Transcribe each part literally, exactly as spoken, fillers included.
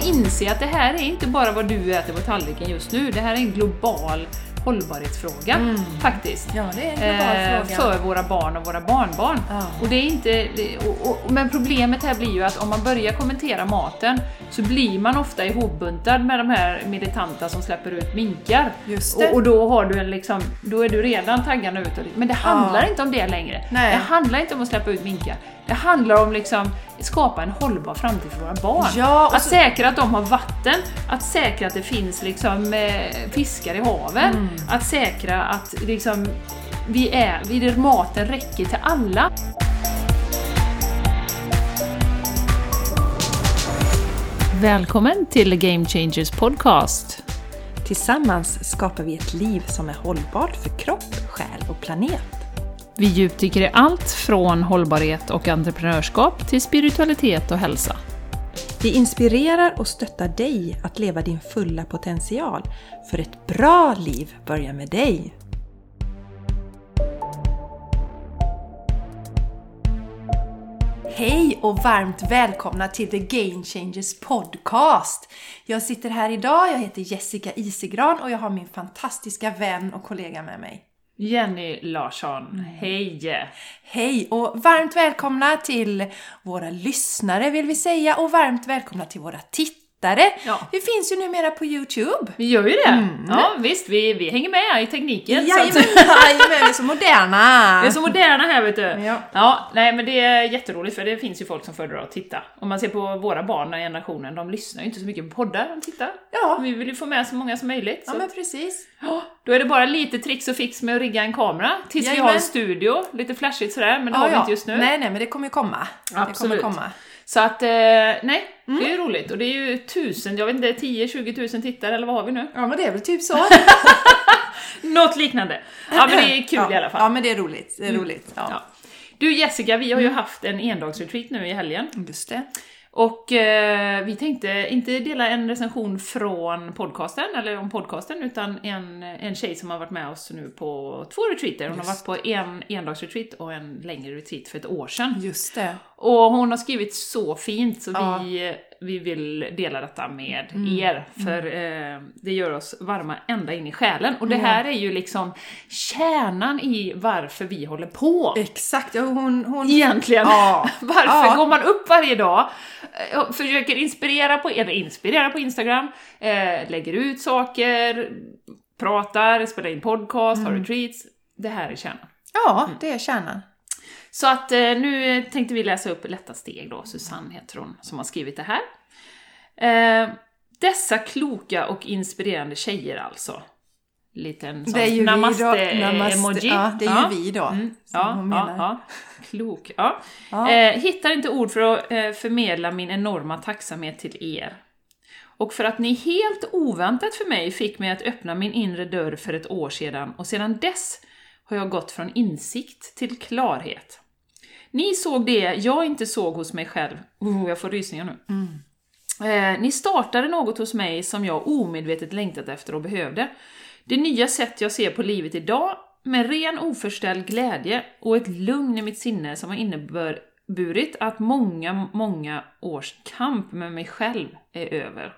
inse att det här är inte bara vad du äter på tallriken just nu. Det här är en global hållbarhetsfråga mm. faktiskt. Ja, det är en global eh, fråga. För våra barn och våra barnbarn. Ja. Och det är inte, och, och, men problemet här blir ju att om man börjar kommentera maten så blir man ofta ihopbuntad med de här militanta som släpper ut minkar. Just det. Och, och då har du en liksom, då är du redan taggarna ut. Men det handlar ja. inte om det längre. Nej. Det handlar inte om att släppa ut minkar. Det handlar om liksom skapa en hållbar framtid för våra barn. Ja, att så... säkra att de har vatten, att säkra att det finns liksom eh, fiskar i haven, mm. att säkra att liksom vi är, vi, maten räcker till alla. Välkommen till Game Changers podcast. Tillsammans skapar vi ett liv som är hållbart för kropp, själ och planet. Vi djupdyker i allt från hållbarhet och entreprenörskap till spiritualitet och hälsa. Vi inspirerar och stöttar dig att leva din fulla potential, för ett bra liv börjar med dig. Hej och varmt välkomna till The Game Changers podcast. Jag sitter här idag, jag heter Jessica Isegran och jag har min fantastiska vän och kollega med mig. Jenny Larsson, mm. hej! Hej och varmt välkomna till våra lyssnare vill vi säga, och varmt välkomna till våra tittare. Ja. Vi finns ju numera på YouTube. Vi gör ju det. Mm. Ja, visst, vi, vi hänger med i tekniken. Jajamän, så att... vi är så moderna. Vi är så moderna här, vet du. Ja. Ja, nej, men det är jätteroligt, för det finns ju folk som föredrar att titta. Om man ser på våra barn, den generationen, de lyssnar ju inte så mycket på poddar, de tittar. Ja. Vi vill ju få med så många som möjligt. Ja, så men att... precis. Ja, då är det bara lite tricks och fix med att rigga en kamera. Tills Jajamän. vi har en studio, lite flashigt sådär, men det ja, har vi ja. inte just nu. Nej, nej, men det kommer ju komma. Absolut. Det kommer komma. Så att, eh, nej, mm. det är ju roligt. Och det är ju tusen, jag vet inte, tio till tjugo tusen tittare, eller vad har vi nu? Ja, men det är väl typ så. Något liknande. Ja, men det är kul ja. i alla fall. Ja, men det är roligt. Det är mm. roligt. Ja. Ja. Du Jessica, vi har ju mm. haft en endagsretreat nu i helgen. Just det. Och eh, vi tänkte inte dela en recension från podcasten, eller om podcasten, utan en, en tjej som har varit med oss nu på två retreater. Hon Just. har varit på en endagsretreat och en längre retreat för ett år sedan. Just det. Och hon har skrivit så fint, så ja. vi, vi vill dela detta med mm. er. För eh, det gör oss varma ända in i själen. Och det här är ju liksom kärnan i varför vi håller på. Exakt, ja, hon, hon... Egentligen. Ja. Varför ja. går man upp varje dag och försöker inspirera på, eller inspirera på Instagram, eh, lägger ut saker, pratar, spelar in podcast, mm. har retreats. Det här är kärnan. Ja, det är kärnan. Så att eh, nu tänkte vi läsa upp lätta steg då. Susanne heter hon som har skrivit det här. Eh, dessa kloka och inspirerande tjejer alltså. Liten sån namaste-emoji. Ja, det är ju ja. vi då. Mm. Ja, ja, ja. Klok. Ja. Ja. Eh, hittar inte ord för att eh, förmedla min enorma tacksamhet till er. Och för att ni helt oväntat för mig fick mig att öppna min inre dörr för ett år sedan. Och sedan dess har jag gått från insikt till klarhet. Ni såg det jag inte såg hos mig själv. Oh, jag får rysningar nu. Mm. Eh, ni startade något hos mig som jag omedvetet längtat efter och behövde. Det nya sätt jag ser på livet idag, med ren oförställd glädje och ett lugn i mitt sinne som har inneburit att många, många års kamp med mig själv är över.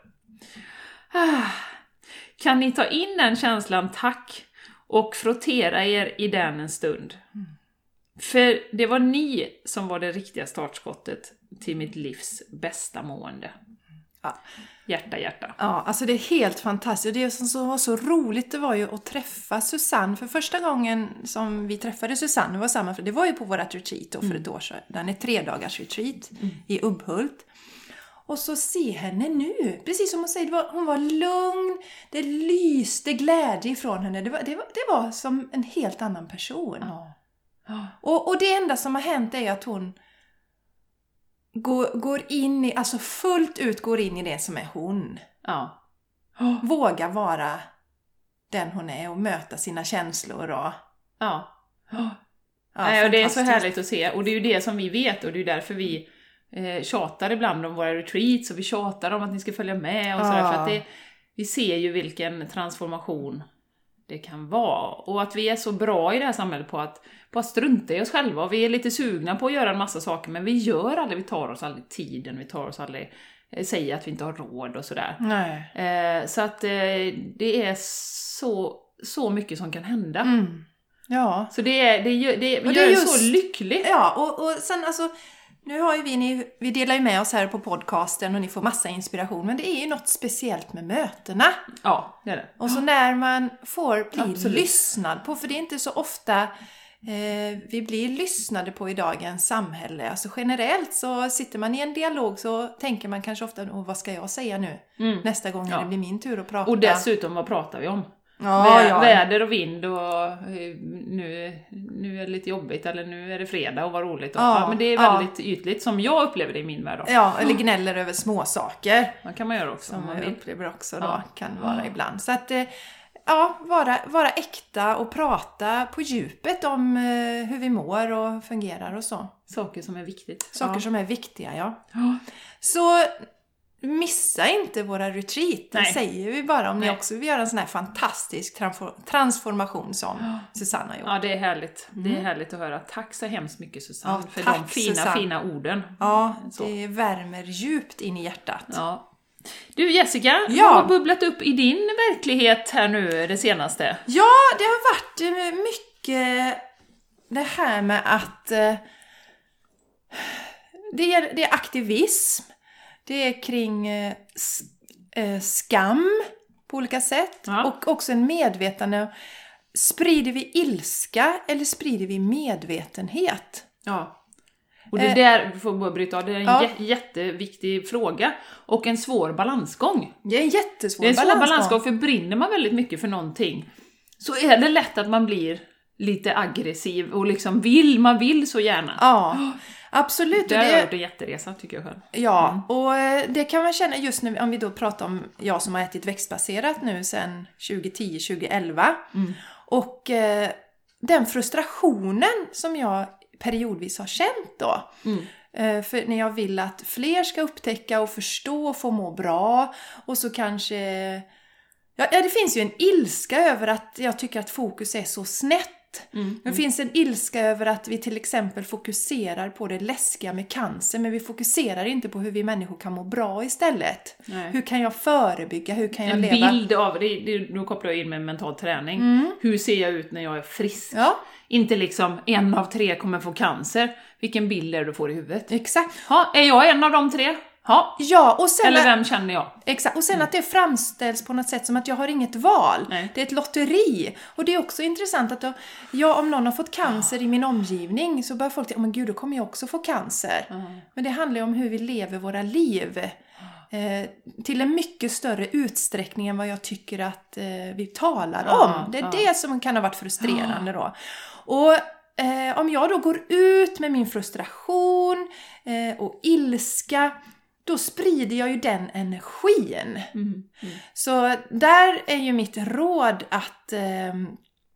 Ah. Kan ni ta in den känslan, tack, och frottera er i den en stund? Mm. För det var ni som var det riktiga startskottet till mitt livs bästa mående. Ja. Hjärta, hjärta. Ja, alltså det är helt fantastiskt. Det som var så roligt, det var ju att träffa Susanne. För första gången som vi träffade Susanne, det var samma, för det var ju på vårat retreat då för mm. ett år sedan. Den är tre dagars retreat mm. i Ubbhult. Och så se henne nu, precis som hon säger, det var, hon var lugn, det lyste glädje ifrån henne. Det var, det var, det var som en helt annan person. Ja. Ja. Och, och det enda som har hänt är att hon går, går in i, alltså fullt ut går in i det som är hon. Ja. Våga vara den hon är och möta sina känslor. Och, ja. Ja, Nej, och det är så härligt att se. Och det är ju det som vi vet, och det är därför vi eh, tjatar ibland om våra retreats, och vi tjatar om att ni ska följa med och ja. sådär, för att det, vi ser ju vilken transformation det kan vara. Och att vi är så bra i det här samhället på att, på att strunta i oss själva. Och vi är lite sugna på att göra en massa saker, men vi gör aldrig, vi tar oss aldrig tiden, vi tar oss aldrig, säger att vi inte har råd och sådär. Nej. Eh, så att eh, det är så, så mycket som kan hända. Mm. Ja. Så det, är, det, gör, det, Och gör det är det just, så lyckligt. Ja, och, och sen alltså, nu har ju vi, ni, vi delar ju med oss här på podcasten och ni får massa inspiration, men det är ju något speciellt med mötena. Ja, det är det. Och så när man får bli Absolut. lyssnad på, för det är inte så ofta eh, vi blir lyssnade på i dagens samhälle. Alltså generellt så sitter man i en dialog så tänker man kanske ofta, oh, vad ska jag säga nu? Mm. Nästa gång när Ja. det blir min tur att prata. Och dessutom, vad pratar vi om? ja, Vä- ja. Väder och vind och eh, nu, nu är det lite jobbigt eller nu är det fredag och vad roligt. Och, Ja, ja, men det är ja. väldigt ytligt som jag upplever det i min värld. Då. Ja, eller gnäller över små saker. Man kan man göra också om Som man jag vill. upplever också då, Ja. kan vara ibland. Så att, eh, ja, vara, vara äkta och prata på djupet om eh, hur vi mår och fungerar och så. Saker som är viktigt. Saker ja. som är viktiga, ja. Ja. Så missa inte våra retreat. Det Nej. säger vi bara om ni Nej. också vill göra en sån här fantastisk transfor- transformation som Susanna gjorde. Ja, det är härligt. Det är härligt att höra. Tack så hemskt mycket Susanne Ja, för tack, de fina, Susanne. fina orden. Ja, Så. det värmer djupt in i hjärtat. Ja. Du Jessica, Ja. vad har bubblat upp i din verklighet här nu det senaste? Ja, det har varit eh, mycket det här med att eh, det, är, det är aktivism. Det är kring eh, s- eh, skam på olika sätt. Ja. Och också en medvetande. Sprider vi ilska eller sprider vi medvetenhet? Ja. Och det Eh, där, får jag bara bryta av, det är en ja. jä- jätteviktig fråga. Och en svår balansgång. Det är en jättesvår Det är en svår balansgång. balansgång, för brinner man väldigt mycket för någonting så är det lätt att man blir lite aggressiv och liksom vill, man vill så gärna. Ja, absolut. Det Och har jag det, gjort en jätteresa tycker jag själv. ja, och eh, det kan man känna just nu om vi då pratar om jag som har ätit växtbaserat nu sedan tjugo tio tjugo elva. Mm. Och eh, den frustrationen som jag periodvis har känt då. Mm. Eh, för när jag vill att fler ska upptäcka och förstå och få må bra. Och så kanske... Ja, ja, det finns ju en ilska över att jag tycker att fokus är så snett. Mm. Det finns en ilska över att vi till exempel fokuserar på det läskiga med cancer, men vi fokuserar inte på hur vi människor kan må bra istället. Nej. Hur kan jag förebygga? Hur kan jag En leva? bild av, det, det, nu kopplar jag in med mental träning. Hur ser jag ut när jag är frisk? Ja, Inte liksom en av tre kommer få cancer. Vilken bild är det du får i huvudet? exakt. Ha, är jag en av de tre? Ha. Ja, och sen, Eller vem känner jag? exakt. Och sen att det framställs på något sätt som att jag har inget val. Nej. Det är ett lotteri. Och det är också intressant att då, ja, om någon har fått cancer i min omgivning så börjar folk tänka, oh, men gud, då kommer jag också få cancer. Mm. Men det handlar ju om hur vi lever våra liv. Eh, till en mycket större utsträckning än vad jag tycker att eh, vi talar Ja, om. Det är ja. det som kan ha varit frustrerande då. Och eh, om jag då går ut med min frustration eh, och ilska, då sprider jag ju den energin. Mm. Så där är ju mitt råd att ehm,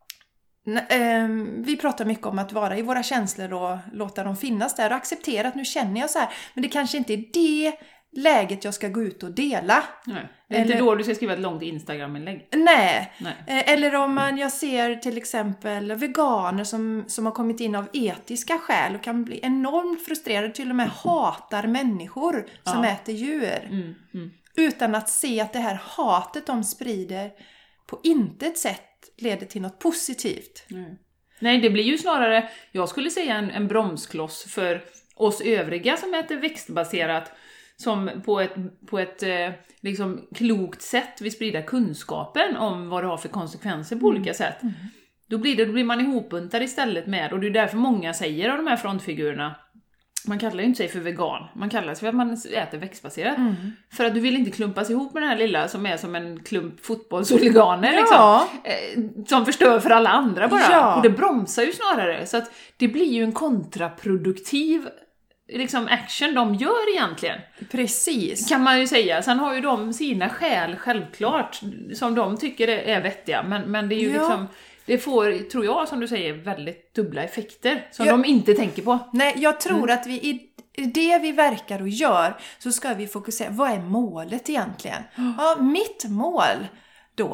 n- ehm, vi pratar mycket om att vara i våra känslor och låta dem finnas där och acceptera att nu känner jag så här, men det kanske inte är det läget jag ska gå ut och dela. Nej. Det är inte Eller- då du ska skriva ett långt Instagram-inlägg. Nej. Nej. Eh, Eller om man, jag ser till exempel veganer som, som har kommit in av etiska skäl och kan bli enormt frustrerade, till och med hatar människor som Ja. äter djur. Mm. Mm. Utan att se att det här hatet de sprider på intet sätt leder till något positivt. Mm. Nej, det blir ju snarare, jag skulle säga en, en bromskloss för oss övriga som äter växtbaserat, som på ett, på ett eh, liksom klokt sätt vill sprida kunskapen om vad det har för konsekvenser på olika sätt. Mm. Då blir, det, då blir man ihopbuntad istället med, och det är därför många säger av de här frontfigurerna, man kallar ju inte sig för vegan, man kallar sig för att man äter växtbaserat. Mm. För att du vill inte klumpas ihop med den här lilla som är som en klump fotbollshuliganer Ja. liksom. Eh, som förstör för alla andra bara. Ja. Och det bromsar ju snarare. Så att det blir ju en kontraproduktiv liksom action de gör egentligen. Precis. Kan man ju säga. Sen har ju de sina skäl självklart som de tycker är vettiga. Men, men det är ju Ja. liksom, det får, tror jag som du säger, väldigt dubbla effekter som Ja. de inte tänker på. Nej, jag tror att vi i i det vi verkar och gör så ska vi fokusera, vad är målet egentligen? Ja, mitt mål då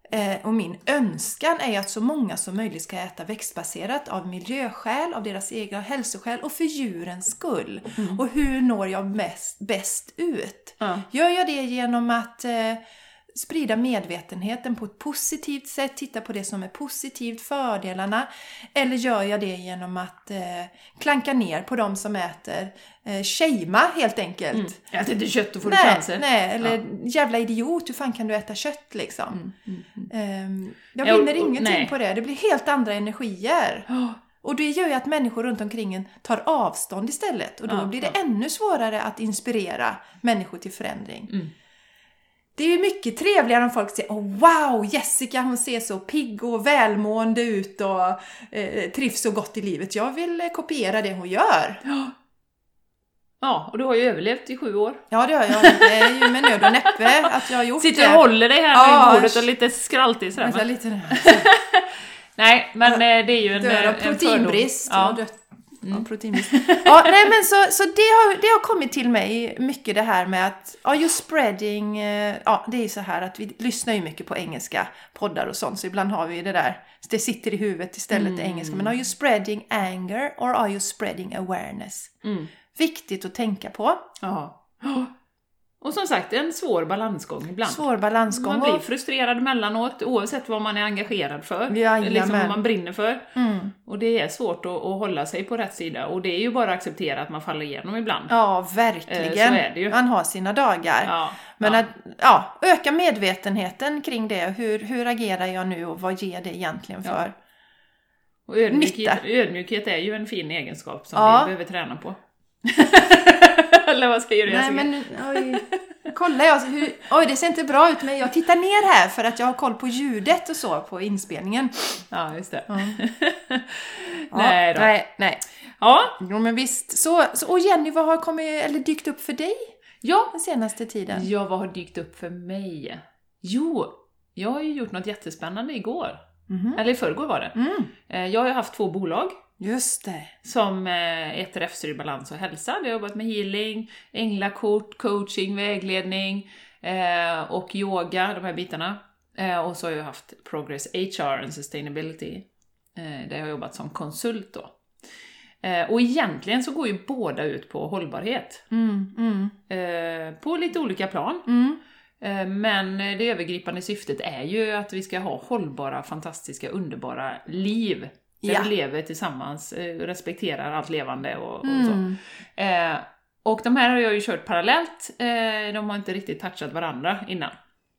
Eh, och min önskan är att så många som möjligt ska äta växtbaserat av miljöskäl, av deras egna hälsoskäl och för djurens skull. Mm. Och hur når jag mest, bäst ut? Mm. Gör jag det genom att eh, sprida medvetenheten på ett positivt sätt, titta på det som är positivt, fördelarna, eller gör jag det genom att eh, klanka ner på de som äter, eh, shama helt enkelt. Mm. Äter inte kött och får nej, du cancer. Nej, eller ja. jävla idiot, hur fan kan du äta kött liksom? Mm, mm, mm. Um, jag vinner ja, och, ingenting nej. på det, det blir helt andra energier. Oh. Och det gör ju att människor runt omkring en tar avstånd istället, och då ja, blir det ja. ännu svårare att inspirera människor till förändring. Mm. Det är ju mycket trevligare om folk säger, oh, wow, Jessica hon ser så pigg och välmående ut och eh, trivs så gott i livet. Jag vill eh, kopiera det hon gör. Ja. Ja, och du har ju överlevt i sju år. Ja, det har jag. Det är ju med nöd och näppe att jag har gjort Sitter det. Sitter och håller dig här ja, i bordet och lite skraltig sådär. Men... Lite... Nej, men ja, det är ju en, dör av proteinbrist. Ja. Ja, Mm. Ja, proteinbrist. Ja, nej, men så, så det, har, det har kommit till mig mycket det här med att ja, just spreading, ja, det är så här att vi lyssnar ju mycket på engelska poddar och sånt, så ibland har vi det där, det sitter i huvudet istället mm. engelska, men are you spreading anger or are you spreading awareness? Mm. Viktigt att tänka på. Ja. Och som sagt, en svår balansgång ibland. Svår balansgång. Man blir frustrerad mellanåt oavsett vad man är engagerad för. Ja, liksom vad man brinner för. Mm. Och det är svårt att, att hålla sig på rätt sida. Och det är ju bara att acceptera att man faller igenom ibland. Ja, verkligen. Så är det ju. Man har sina dagar. Ja, Men ja. att ja, öka medvetenheten kring det. Hur, hur agerar jag nu och vad ger det egentligen för ja. Och ödmjukhet, ödmjukhet är ju en fin egenskap som ja. vi behöver träna på. Eller vad säger du? Nej, men oj. Kolla jag, hur, oj det ser inte bra ut, men jag tittar ner här för att jag har koll på ljudet och så på inspelningen. Ja, just det. Ja. nej då. Nej, nej. Ja. Jo, men visst. Så, så, och Jenny, vad har kommit, eller dykt upp för dig ja. den senaste tiden? Ja, vad har dykt upp för mig? Jo, jag har ju gjort något jättespännande igår. Mm-hmm. Eller i förrgår var det. Mm. Jag har ju haft två bolag. Just det. Som heter F-Styrd Balans och Hälsa. Jag har jobbat med healing, änglakort, coaching, vägledning eh, och yoga, de här bitarna. Eh, och så har jag haft Progress H R and Sustainability. Eh, där jag har jobbat som konsult då. Eh, och egentligen så går ju båda ut på hållbarhet. Mm, mm. Eh, på lite olika plan. Mm. Eh, men det övergripande syftet är ju att vi ska ha hållbara, fantastiska, underbara liv. Där ja. vi lever tillsammans, respekterar allt levande och, och mm. så. Eh, och de här har jag ju kört parallellt. Eh, de har inte riktigt touchat varandra innan.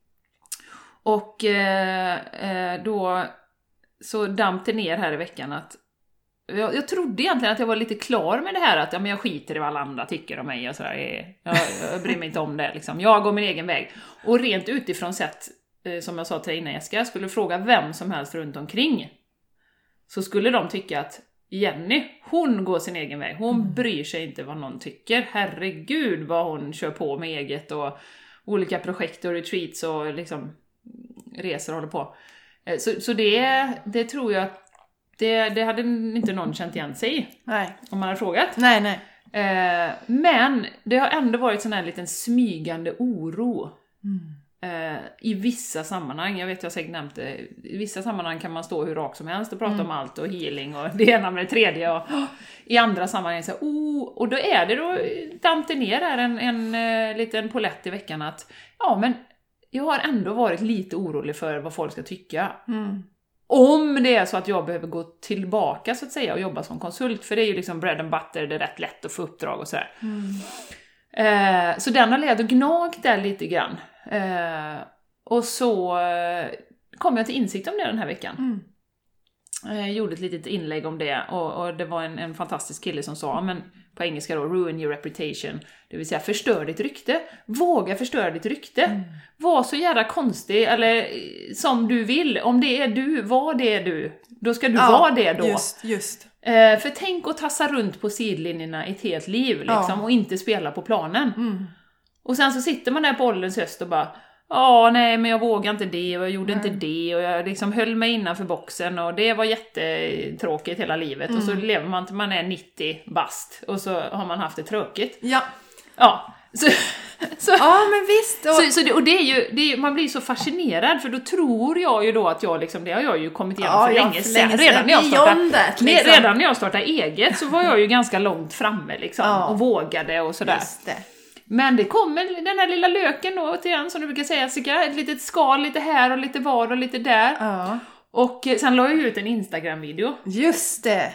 Och eh, då så damp det ner här i veckan att jag, jag trodde egentligen att jag var lite klar med det här att ja, men jag skiter i vad alla andra tycker om mig och sådär. Jag, jag bryr mig inte om det liksom. Jag går min egen väg. Och rent utifrån sett, eh, som jag sa till dig innan Jessica, skulle fråga vem som helst runt omkring, så skulle de tycka att Jenny, hon går sin egen väg. Hon mm. bryr sig inte vad någon tycker. Herregud vad hon kör på med eget och olika projekt och retreats och liksom resor håller på. Så, så det, det tror jag att det, det hade inte någon känt igen sig i. Nej. Om man hade frågat. Nej, nej. Eh, men det har ändå varit sån här liten smygande oro. Mm. I vissa sammanhang, jag vet jag har säkert nämnt det, i vissa sammanhang kan man stå hur rak som helst och prata mm. om allt och healing och det ena med det tredje och oh, i andra sammanhang så oh, och då är det då damp det ner här en, en, en liten polett i veckan att ja men jag har ändå varit lite orolig för vad folk ska tycka. Mm. Om det är så att jag behöver gå tillbaka så att säga och jobba som konsult, för det är ju liksom bread and butter, det är rätt lätt att få uppdrag och sådär. Mm. Eh, så den har led och gnagt där lite grann. Eh, och så eh, kom jag till insikt om det den här veckan. Mm. Jag gjorde ett litet inlägg om det och, och det var en, en fantastisk kille som sa, men på engelska då, ruin your reputation, det vill säga förstör ditt rykte. Våga förstöra ditt rykte. Mm. Var så jävla konstig eller som du vill. Om det är du, var det är du. Då ska du ja, vara det då. Just, just. Eh, för tänk att tassa runt på sidlinjerna ett helt liv liksom, ja. och inte spela på planen. Mm. Och sen så sitter man där på ålderns höst och bara ja, nej men jag vågade inte det och jag gjorde mm. inte det och jag liksom höll mig innanför boxen och det var jättetråkigt hela livet. Mm. Och så lever man till man är nittio bast och så har man haft det tråkigt. Ja. Ja, så, Så, ja, men visst. Och, så, så det, och det är ju, det är, man blir så fascinerad, för då tror jag ju då att jag liksom, det har jag ju kommit igenom ja, för ja, länge för sedan. länge Redan när jag startade, that, liksom. redan när jag startade eget så var jag ju ganska långt framme liksom, ja. och vågade och sådär. Just det. Men det kommer den här lilla löken då till en, som du brukar säga, Sika, ett litet skal lite här och lite var och lite där. Ja. Och sen la jag ut en Instagram-video. Just det.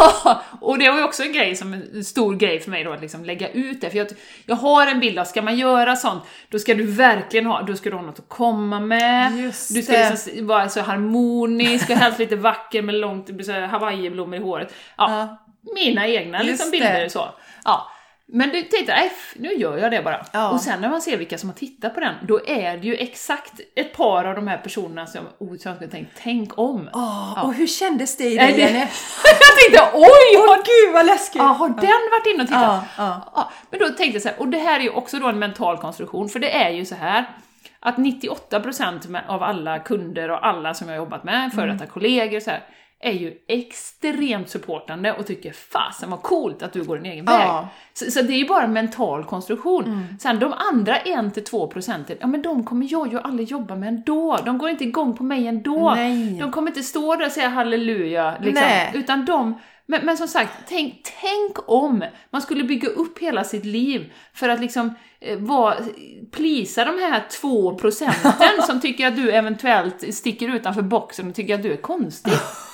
Och det var ju också en grej, som en stor grej för mig då, att liksom lägga ut det. För jag, jag har en bild av, ska man göra sånt, då ska du verkligen ha, då ska du ha något att komma med. Just du ska det. liksom vara så harmonisk, och helst lite vacker med långt så här Hawaii-blommor i håret. Ja, Ja. mina egna Just liksom, det. bilder så. Ja. Men du tänkte, nej, nu gör jag det bara. Ja. Och sen när man ser vilka som har tittat på den, då är det ju exakt ett par av de här personerna som, oh, som jag skulle tänkt, tänk om. Oh, Ja. Och hur kändes det i Nej, dig, det- Jenny? Jag tänkte, oj! Åh oh, gud vad läskigt! Ja, har den varit inne och tittat? Ja, ja. Ja, men då tänkte jag så här, och det här är ju också då en mental konstruktion, för det är ju så här att nittioåtta procent av alla kunder och alla som jag har jobbat med, före detta kollegor så här, är ju extremt supportande och tycker, fasen vad coolt att du går din egen Ja. väg. Så, så det är ju bara en mental konstruktion. Mm. Sen de andra en till två procenten, ja men de kommer jag ju aldrig jobba med ändå. De går inte igång på mig ändå. Nej. De kommer inte stå där och säga halleluja, liksom. Nej. Utan de... Men, men som sagt, tänk, tänk om man skulle bygga upp hela sitt liv för att liksom eh, vara, plisa de här två procenten som tycker att du eventuellt sticker utanför boxen och tycker att du är konstig.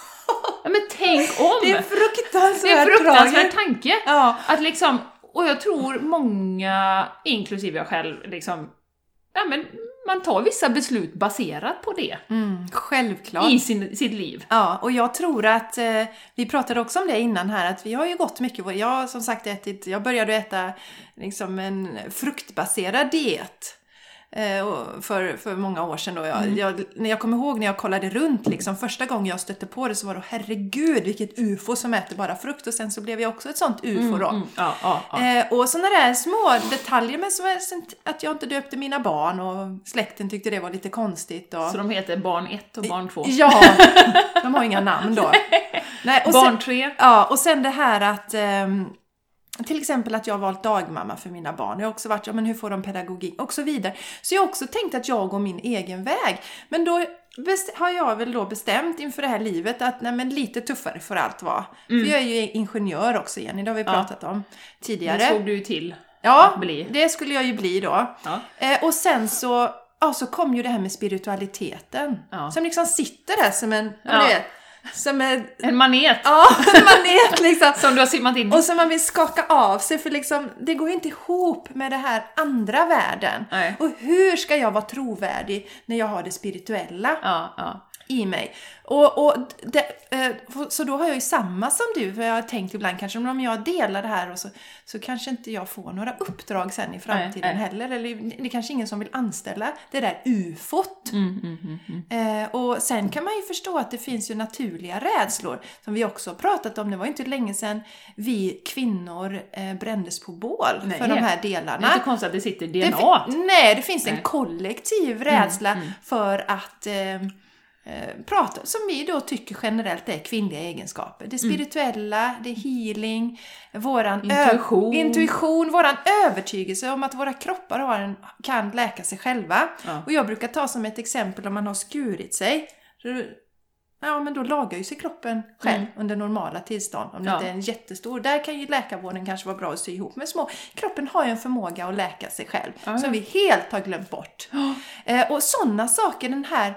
Ja, men tänk om! Det är en fruktansvärd Det är en fruktansvärd tragiskt. tanke. Ja. Att liksom, och jag tror många, inklusive jag själv, liksom, ja, men man tar vissa beslut baserat på det Mm, självklart. i sin, sitt liv. Ja, och jag tror att, eh, vi pratade också om det innan här, att vi har ju gått mycket, jag har som sagt ätit, jag började äta liksom en fruktbaserad diet. Eh, och för, för många år sedan då. Jag, Mm. jag, när jag kommer ihåg när jag kollade runt liksom, första gången jag stötte på det så var det, herregud vilket ufo som äter bara frukt, och sen så blev jag också ett sånt ufo då. Mm, ja, ja, ja. Eh, och sådana där små detaljer, men som är, att jag inte döpte mina barn och släkten tyckte det var lite konstigt. Och, Så de heter barn ett och barn två. ja, de har inga namn då. Nej, och Barn sen, tre. ja, och sen det här att ehm, till exempel att jag har valt dagmamma för mina barn. Jag har också varit, ja men hur får de pedagogik och så vidare. Så jag har också tänkt att jag går min egen väg. Men då best- har jag väl då bestämt inför det här livet att nej men lite tuffare får allt vara. Mm. För jag är ju ingenjör också, Jenny, det har vi pratat om tidigare. Det såg du ju till Ja, att bli. det skulle jag ju bli då. Ja. Eh, och sen så, ja, så kom ju det här med spiritualiteten. Ja. Som liksom sitter där som en, Ja. vad det är, som en, En manet ja, en manet liksom. som du har simmat in i. Och som man vill skaka av sig, för liksom, det går ju inte ihop med det här andra världen. Nej. Och hur ska jag vara trovärdig när jag har det spirituella Ja, ja. i mig? Och, och det, eh, så då har jag ju samma som du, för jag har tänkt ibland kanske om jag delar det här och så, så kanske inte jag får några uppdrag sen i framtiden Nej, nej. heller, eller det är kanske ingen som vill anställa det där ufot. Mm, mm, mm, mm. Eh, och sen kan man ju förstå att det finns ju naturliga rädslor som vi också har pratat om. Det var ju inte länge sedan vi kvinnor eh, brändes på bål Nej. för de här Det delarna. är inte konstigt att det sitter i D N Det A. fin- nej, det finns Nej. en kollektiv rädsla mm. för att eh, eh, prata, som vi då tycker generellt är kvinnliga egenskaper. Det spirituella, det är healing, våran Intuition. Ö- intuition, våran övertygelse om att våra kroppar har en, kan läka sig själva. Ja. Och jag brukar ta som ett exempel om man har skurit sig. Så, ja, men då lagar ju sig kroppen själv Mm. under normala tillstånd. Om det Ja. inte är en jättestor, där kan ju läkarvården kanske vara bra att sy ihop. Men små, kroppen har ju en förmåga att läka sig själv. Ja. Som vi helt har glömt bort. Eh, och sådana saker, den här,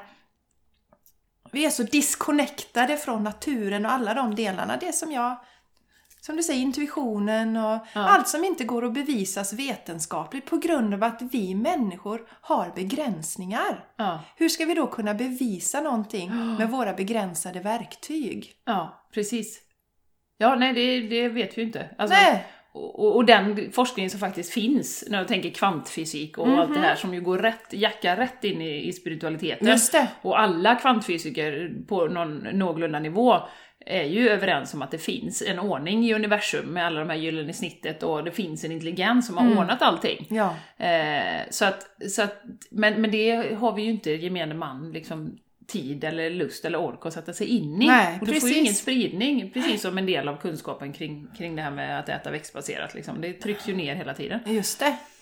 vi är så disconnectade från naturen och alla de delarna. Det som jag, som du säger, intuitionen och Ja. allt som inte går att bevisas vetenskapligt på grund av att vi människor har begränsningar. Ja. Hur ska vi då kunna bevisa någonting med våra begränsade verktyg? Ja, precis. Ja, nej, det, det vet vi ju inte. Alltså, Nej. och, och den forskningen som faktiskt finns, när jag tänker kvantfysik och allt det här som ju går rätt, jackar rätt in i, i spiritualiteten. Just det. Och alla kvantfysiker på någon någorlunda nivå är ju överens om att det finns en ordning i universum med alla de här gyllene snittet, och det finns en intelligens som har Mm. ordnat allting. Ja. Eh, så att, så att, men, men det har vi ju inte gemene man liksom tid eller lust eller ork att sätta sig in i. Nej, och du får ju precis. ingen spridning, precis som en del av kunskapen kring, kring det här med att äta växtbaserat. Liksom. Det trycks ju ner hela tiden. Just det.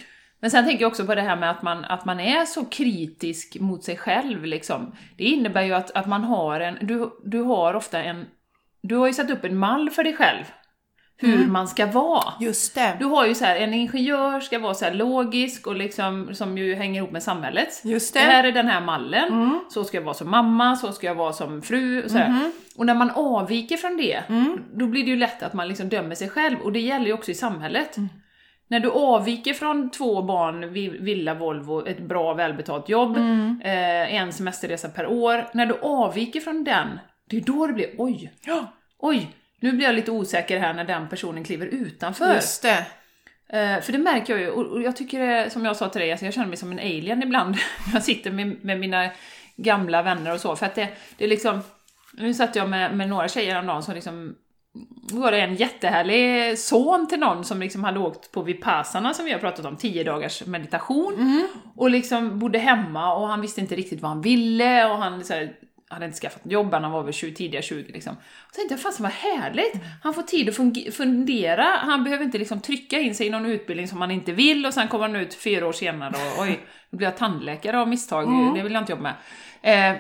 Men sen tänker jag också på det här med att man, att man är så kritisk mot sig själv liksom. Det innebär ju att, att man har en, du, du har ofta en, du har ju satt upp en mall för dig själv. Hur mm. man ska vara. Just det. Du har ju så här, en ingenjör ska vara så här logisk och liksom, som ju hänger ihop med samhället. Just det. Det här är den här mallen. Mm. Så ska jag vara som mamma, så ska jag vara som fru och så här. Mm. Och när man avviker från det, Mm. då blir det ju lätt att man liksom dömer sig själv. Och det gäller ju också i samhället. Mm. När du avviker från två barn, villa, Volvo, ett bra välbetalt jobb, Mm. eh, en semesterresa per år. När du avviker från den, det är då det blir, oj, Ja. oj, nu blir jag lite osäker här när den personen kliver utanför. Just det. Eh, för det märker jag ju, och, och jag tycker det, som jag sa till dig, alltså jag känner mig som en alien ibland. Jag sitter med, med mina gamla vänner och så, för att det, det är liksom, nu satt jag med, med några tjejer en dag som liksom, var det en jättehärlig son till någon som liksom hade åkt på Vipassana som vi har pratat om, tio dagars meditation, Mm. och liksom bodde hemma och han visste inte riktigt vad han ville och han så här, hade inte skaffat jobb, han var väl tjugo, tidiga tjugo liksom. Och så tänkte jag, fan vad härligt, han får tid att funge- fundera, han behöver inte liksom trycka in sig i någon utbildning som han inte vill och sen kommer han ut fyra år senare och oj, nu blir jag tandläkare av misstag, Mm. det vill jag inte jobba med. Eh,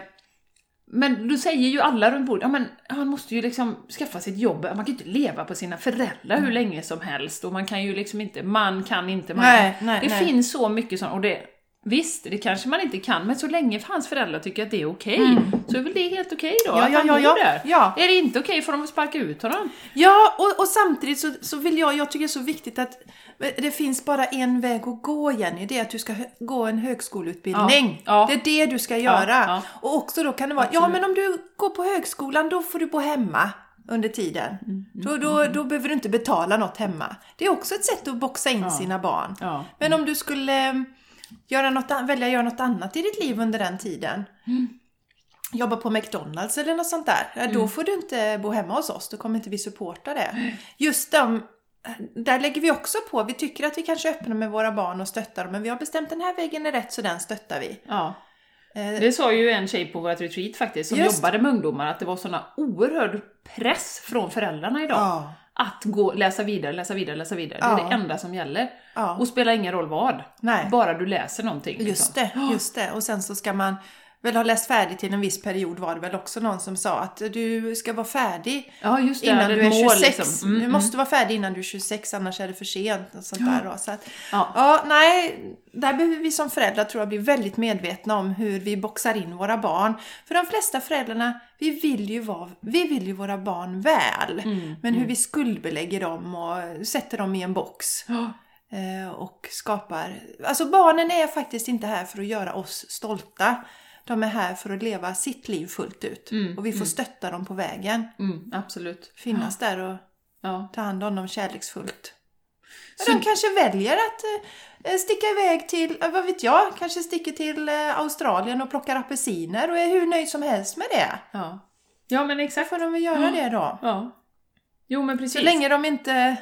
Men då säger ju alla runt bordet, ja men han måste ju liksom skaffa sitt jobb, man kan ju inte leva på sina föräldrar hur länge som helst och man kan ju liksom inte, man kan inte, man Nej, nej, det nej. finns så mycket sånt, och det, visst, det kanske man inte kan, men så länge hans föräldrar tycker att det är okej, Mm. så är väl det helt okej då, Ja, att ja, han ja, bor ja. där. Ja. Är det inte okej får de sparka ut honom? Ja, och, och samtidigt så, så vill jag, jag tycker det är så viktigt att det finns bara en väg att gå, Jenny, det är att du ska hö- gå en högskoleutbildning. Ja, ja. Det är det du ska göra. ja. Och också då kan det vara, Absolut. ja men om du går på högskolan då får du bo hemma under tiden. Mm, Då, då, då behöver du inte betala något hemma. Det är också ett sätt att boxa in Ja. sina barn. Ja. Men om du skulle eh, göra något, an- välja göra något annat i ditt liv under den tiden. Mm. Jobba på McDonalds eller något sånt där. Ja, då får du inte bo hemma hos oss. Då kommer inte vi supporta det. Just de, där lägger vi också på. Vi tycker att vi kanske öppnar med våra barn och stöttar dem. Men vi har bestämt den här vägen är rätt så den stöttar vi. Ja. Eh, Det sa ju en tjej på vårt retreat faktiskt, som Just. jobbade med ungdomar, att det var såna oerhörd press från föräldrarna idag. Ja. Att gå, läsa vidare, läsa vidare, läsa vidare. Det Ja. är det enda som gäller. Ja. Och spelar ingen roll vad. Nej. Bara du läser någonting. Just liksom. det, just det. Och sen så ska man väl ha läst färdigt till en viss period, var det väl också någon som sa att du ska vara färdig Ja, just det. innan det är du är ett mål, tjugosex. liksom. Mm, Du mm. måste vara färdig innan du är tjugosex, annars är det för sent. Och sånt där då. Så att, Ja. ja, nej, där behöver vi som föräldrar tror jag bli väldigt medvetna om hur vi boxar in våra barn. För de flesta föräldrarna, vi vill ju, vara, vi vill ju våra barn väl. Mm, Men hur vi skuldbelägger dem och sätter dem i en box. Ja. Eh, och skapar... Alltså barnen är faktiskt inte här för att göra oss stolta. De är här för att leva sitt liv fullt ut. Mm, och vi får mm. stötta dem på vägen. Mm, absolut. Finnas där och Ja. ta hand om dem kärleksfullt. Så- De kanske väljer att eh, sticka iväg till, eh, vad vet jag, kanske sticker till eh, Australien och plockar apelsiner och är hur nöjd som helst med det. Ja. Ja, men exakt. Får de väl göra det då. Ja. Jo, men precis. Så länge de inte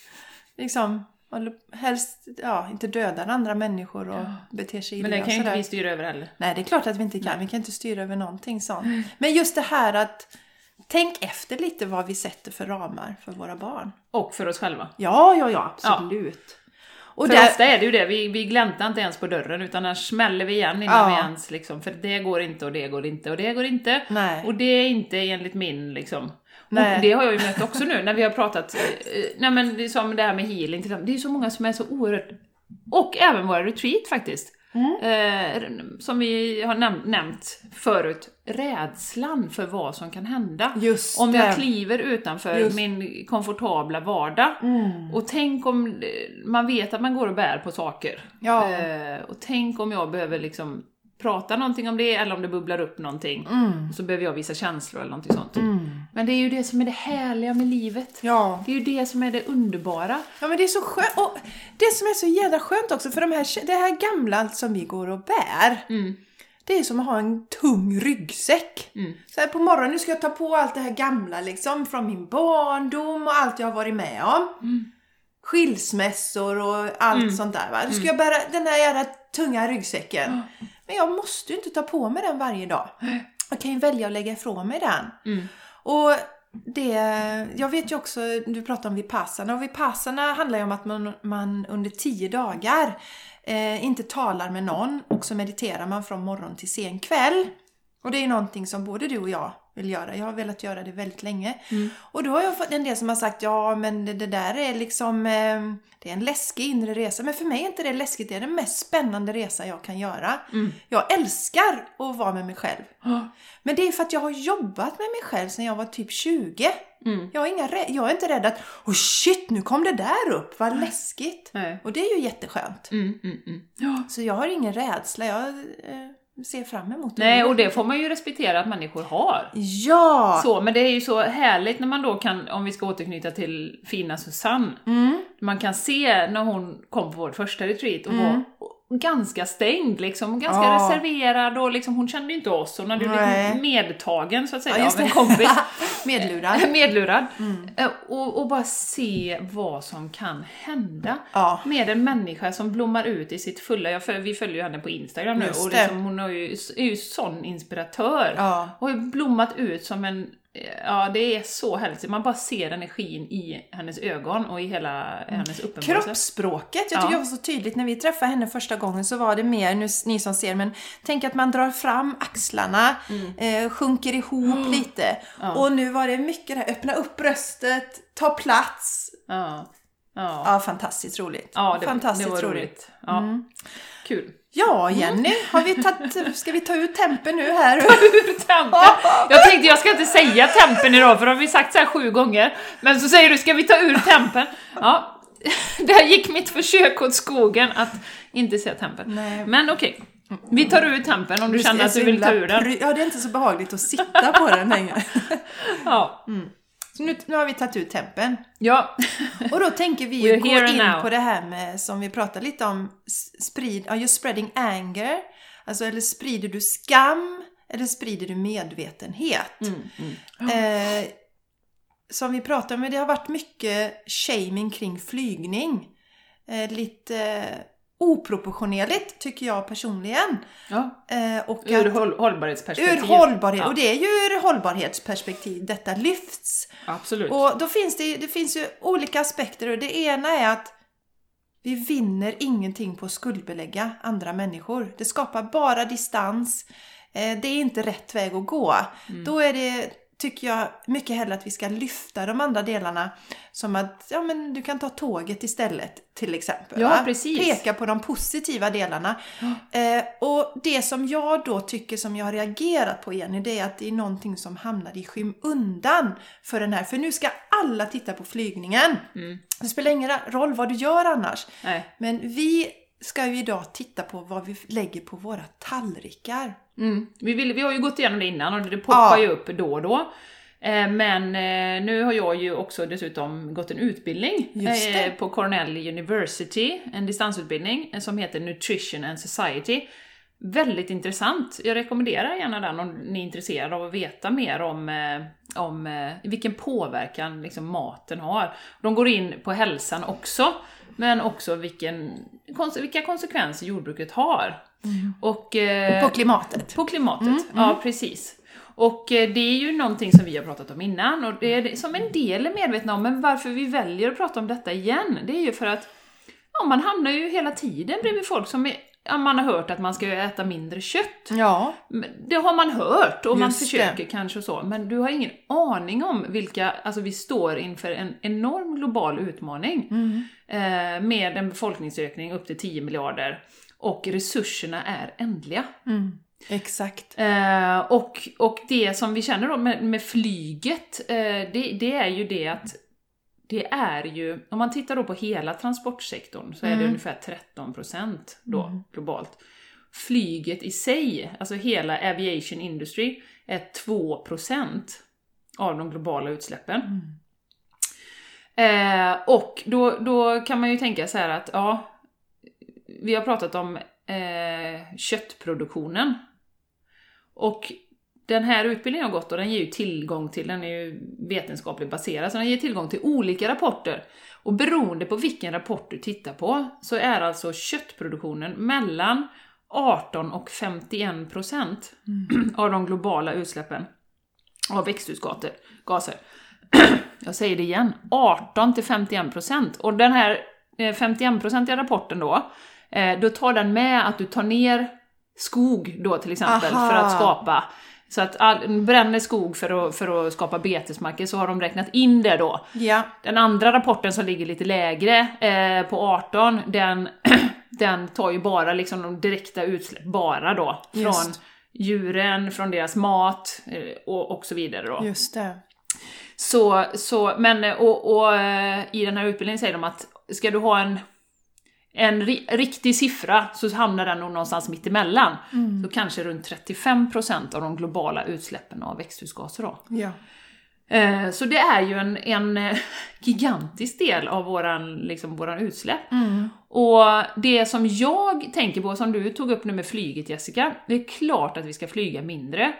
liksom helst ja, inte dödar andra människor och beter sig illa. Men det kan ju inte sådär. vi styra över heller. Nej, det är klart att vi inte kan. Vi kan inte styra över någonting sånt. Men just det här att tänk efter lite vad vi sätter för ramar för våra barn. Och för oss själva. Ja, ja, ja, absolut. Och För där, ofta är det ju det, vi, vi gläntar inte ens på dörren utan där smäller vi igen innan Ja. vi ens liksom, för det går inte och det går inte och det går inte. Nej. Och det är inte enligt min liksom. Nej. Och det har jag ju mött också nu när vi har pratat, eh, nej men det är som det här med healing, till exempel. Det är ju så många som är så oerhört, och även våra retreat faktiskt. Eh, som vi har näm- nämnt förut, rädslan för vad som kan hända. Just om det. jag kliver utanför Just. min komfortabla vardag. Mm. Och tänk om eh, man vet att man går och bär på saker. Ja. Eh, och tänk om jag behöver liksom prata någonting om det, eller om det bubblar upp någonting. Mm. Och så behöver jag visa känslor eller någonting sånt. Mm. Men det är ju det som är det härliga med livet. Ja. Det är ju det som är det underbara. Ja, men det är så skönt. Och det som är så jävla skönt också, för de här, det här gamla som vi går och bär, Mm. det är som att ha en tung ryggsäck. Mm. Så här på morgonen, nu ska jag ta på allt det här gamla liksom, från min barndom och allt jag har varit med om. Mm. Skilsmässor och allt Mm. sånt där. Va? Nu ska jag bära den här jävla tunga ryggsäcken. Mm. Men jag måste ju inte ta på mig den varje dag. Jag kan ju välja att lägga ifrån mig den. Mm. Och det, jag vet ju också, du pratar om Vipassana. Och Vipassana handlar ju om att man, man under tio dagar eh, inte talar med någon och så mediterar man från morgon till sen kväll. Och det är någonting som både du och jag vill göra. Jag har velat göra det väldigt länge. Mm. Och då har jag fått en del som har sagt, ja men det, det där är liksom, eh, det är en läskig inre resa. Men för mig är inte det läskigt, det är den mest spännande resa jag kan göra. Mm. Jag älskar att vara med mig själv. Mm. Men det är för att jag har jobbat med mig själv sedan jag var typ tjugo. Mm. Jag, är inga, jag är inte rädd att, oh shit, nu kom det där upp, vad läskigt. Mm. Och det är ju jätteskönt. Mm, mm, mm. Ja. Så jag har ingen rädsla, jag... Eh, ser fram emot det. Nej, och det får man ju respektera att människor har. Ja! Så, men det är ju så härligt när man då kan, om vi ska återknyta till fina Susanne, mm. man kan se när hon kom på vårt första retreat och mm. var ganska stängd liksom, ganska ja. reserverad och liksom, hon kände inte oss och när du blev medtagen så att säga ja, av en kompis medlurad, medlurad. Mm. Och, och bara se vad som kan hända ja. med en människa som blommar ut i sitt fulla, jag, vi följer ju henne på Instagram nu just och liksom, hon är ju, är ju sån inspiratör ja. och har blommat ut som en, ja, det är så härligt. Man bara ser energin i hennes ögon och i hela hennes uppenbarelse. Kroppsspråket, jag tycker ja. jag var så tydligt när vi träffade henne första gången så var det mer, nu ni som ser, men tänk att man drar fram axlarna, mm. eh, sjunker ihop oh. lite. Ja. Och nu var det mycket där, öppna upp bröstet, ta plats. Ja, ja. ja fantastiskt roligt. Ja, det, fantastiskt det var roligt. roligt. Ja. Mm. Kul. Ja, Jenny, har vi tagit, ska vi ta ut tempen nu här? Ta ut tempen? Jag tänkte jag ska inte säga tempen idag för det har vi sagt så här sju gånger. Men så säger du, ska vi ta ut tempen? Ja, där gick mitt försök åt skogen att inte säga tempen. Nej. Men okej, okay. Vi tar ut tempen om du, du känner att du vill ta ur den. Ja, det är inte så behagligt att sitta på den längre. Ja. Mm. Så nu, nu har vi tagit ut tempen. Ja. Och då tänker vi ju gå in now. på det här med, som vi pratade lite om, sprid, ja, just spreading anger. Alltså, eller sprider du skam eller sprider du medvetenhet? Mm, mm. Oh. Eh, som vi pratade om, det har varit mycket shaming kring flygning. Eh, lite... Eh, oproportionerligt tycker jag personligen. Ja. Eh, och ur håll- hållbarhetsperspektiv. Ur hållbarhet. Ja. Och det är ju ur hållbarhetsperspektiv detta lyfts. Absolut. Och då finns det, det finns ju olika aspekter. Och det ena är att vi vinner ingenting på att skuldbelägga andra människor. Det skapar bara distans. Eh, det är inte rätt väg att gå. Mm. Då är det... tycker jag mycket hellre att vi ska lyfta de andra delarna som att ja, men du kan ta tåget istället till exempel. Ja, precis. Peka på de positiva delarna. Ja. Eh, och det som jag då tycker som jag har reagerat på igen det är att det är någonting som hamnar i skymundan för den här. För nu ska alla titta på flygningen. Mm. Det spelar ingen roll vad du gör annars. Nej. Men vi ska ju idag titta på vad vi lägger på våra tallrikar. Mm. Vi, vill, vi har ju gått igenom det innan och det poppar ja. ju upp då och då. Eh, men eh, nu har jag ju också dessutom gått en utbildning eh, på Cornell University. En distansutbildning eh, som heter Nutrition and Society. Väldigt intressant. Jag rekommenderar gärna den om ni är intresserade av att veta mer om, eh, om eh, vilken påverkan liksom, maten har. De går in på hälsan också. Men också vilken, vilka konsekvenser jordbruket har. Mm. Och, eh, på klimatet. På klimatet, mm, ja mm. precis. Och eh, det är ju någonting som vi har pratat om innan. Och det är det, som en del är medvetna om. Men varför vi väljer att prata om detta igen. Det är ju för att ja, man hamnar ju hela tiden bredvid folk som är, ja, man har hört att man ska äta mindre kött. Ja. Det har man hört och Just man försöker det. kanske så. Men du har ingen aning om vilka, alltså vi står inför en enorm global utmaning. Mm. Eh, med en befolkningsökning upp till tio miljarder. Och resurserna är ändliga. Mm. Exakt. Eh, och, och det som vi känner då med, med flyget, eh, det, det är ju det att det är ju, om man tittar då på hela transportsektorn så är mm. det ungefär tretton procent då mm. globalt. Flyget i sig, alltså hela aviation industry, är två procent av de globala utsläppen. Mm. Eh, och då, då kan man ju tänka så här att ja, vi har pratat om eh, köttproduktionen. Och den här utbildningen har gått och den ger ju tillgång till, den är ju vetenskapligt baserad, så den ger tillgång till olika rapporter. Och beroende på vilken rapport du tittar på så är alltså köttproduktionen mellan arton och femtioen procent mm. av de globala utsläppen av växthusgaser. Jag säger det igen, arton till femtioen procent. Och den här femtioen-procentiga rapporten då Eh, då tar den med att du tar ner skog då till exempel. Aha. För att skapa... Så att all, bränner skog för att, för att skapa betesmarker, så har de räknat in det då. Ja. Den andra rapporten som ligger lite lägre eh, på arton, den, den tar ju bara liksom de direkta utsläpp bara då. Från Just. djuren, från deras mat eh, och, och så vidare då. Just det. Så, så, men och, och i den här utbildningen säger de att ska du ha en En ri- riktig siffra så hamnar den nog någonstans mitt emellan. Mm. Så kanske runt trettiofem procent av de globala utsläppen av växthusgaser då. Ja. Eh, så det är ju en, en gigantisk del av våran, liksom, våran utsläpp. Mm. Och det som jag tänker på, som du tog upp nu med flyget, Jessica, det är klart att vi ska flyga mindre.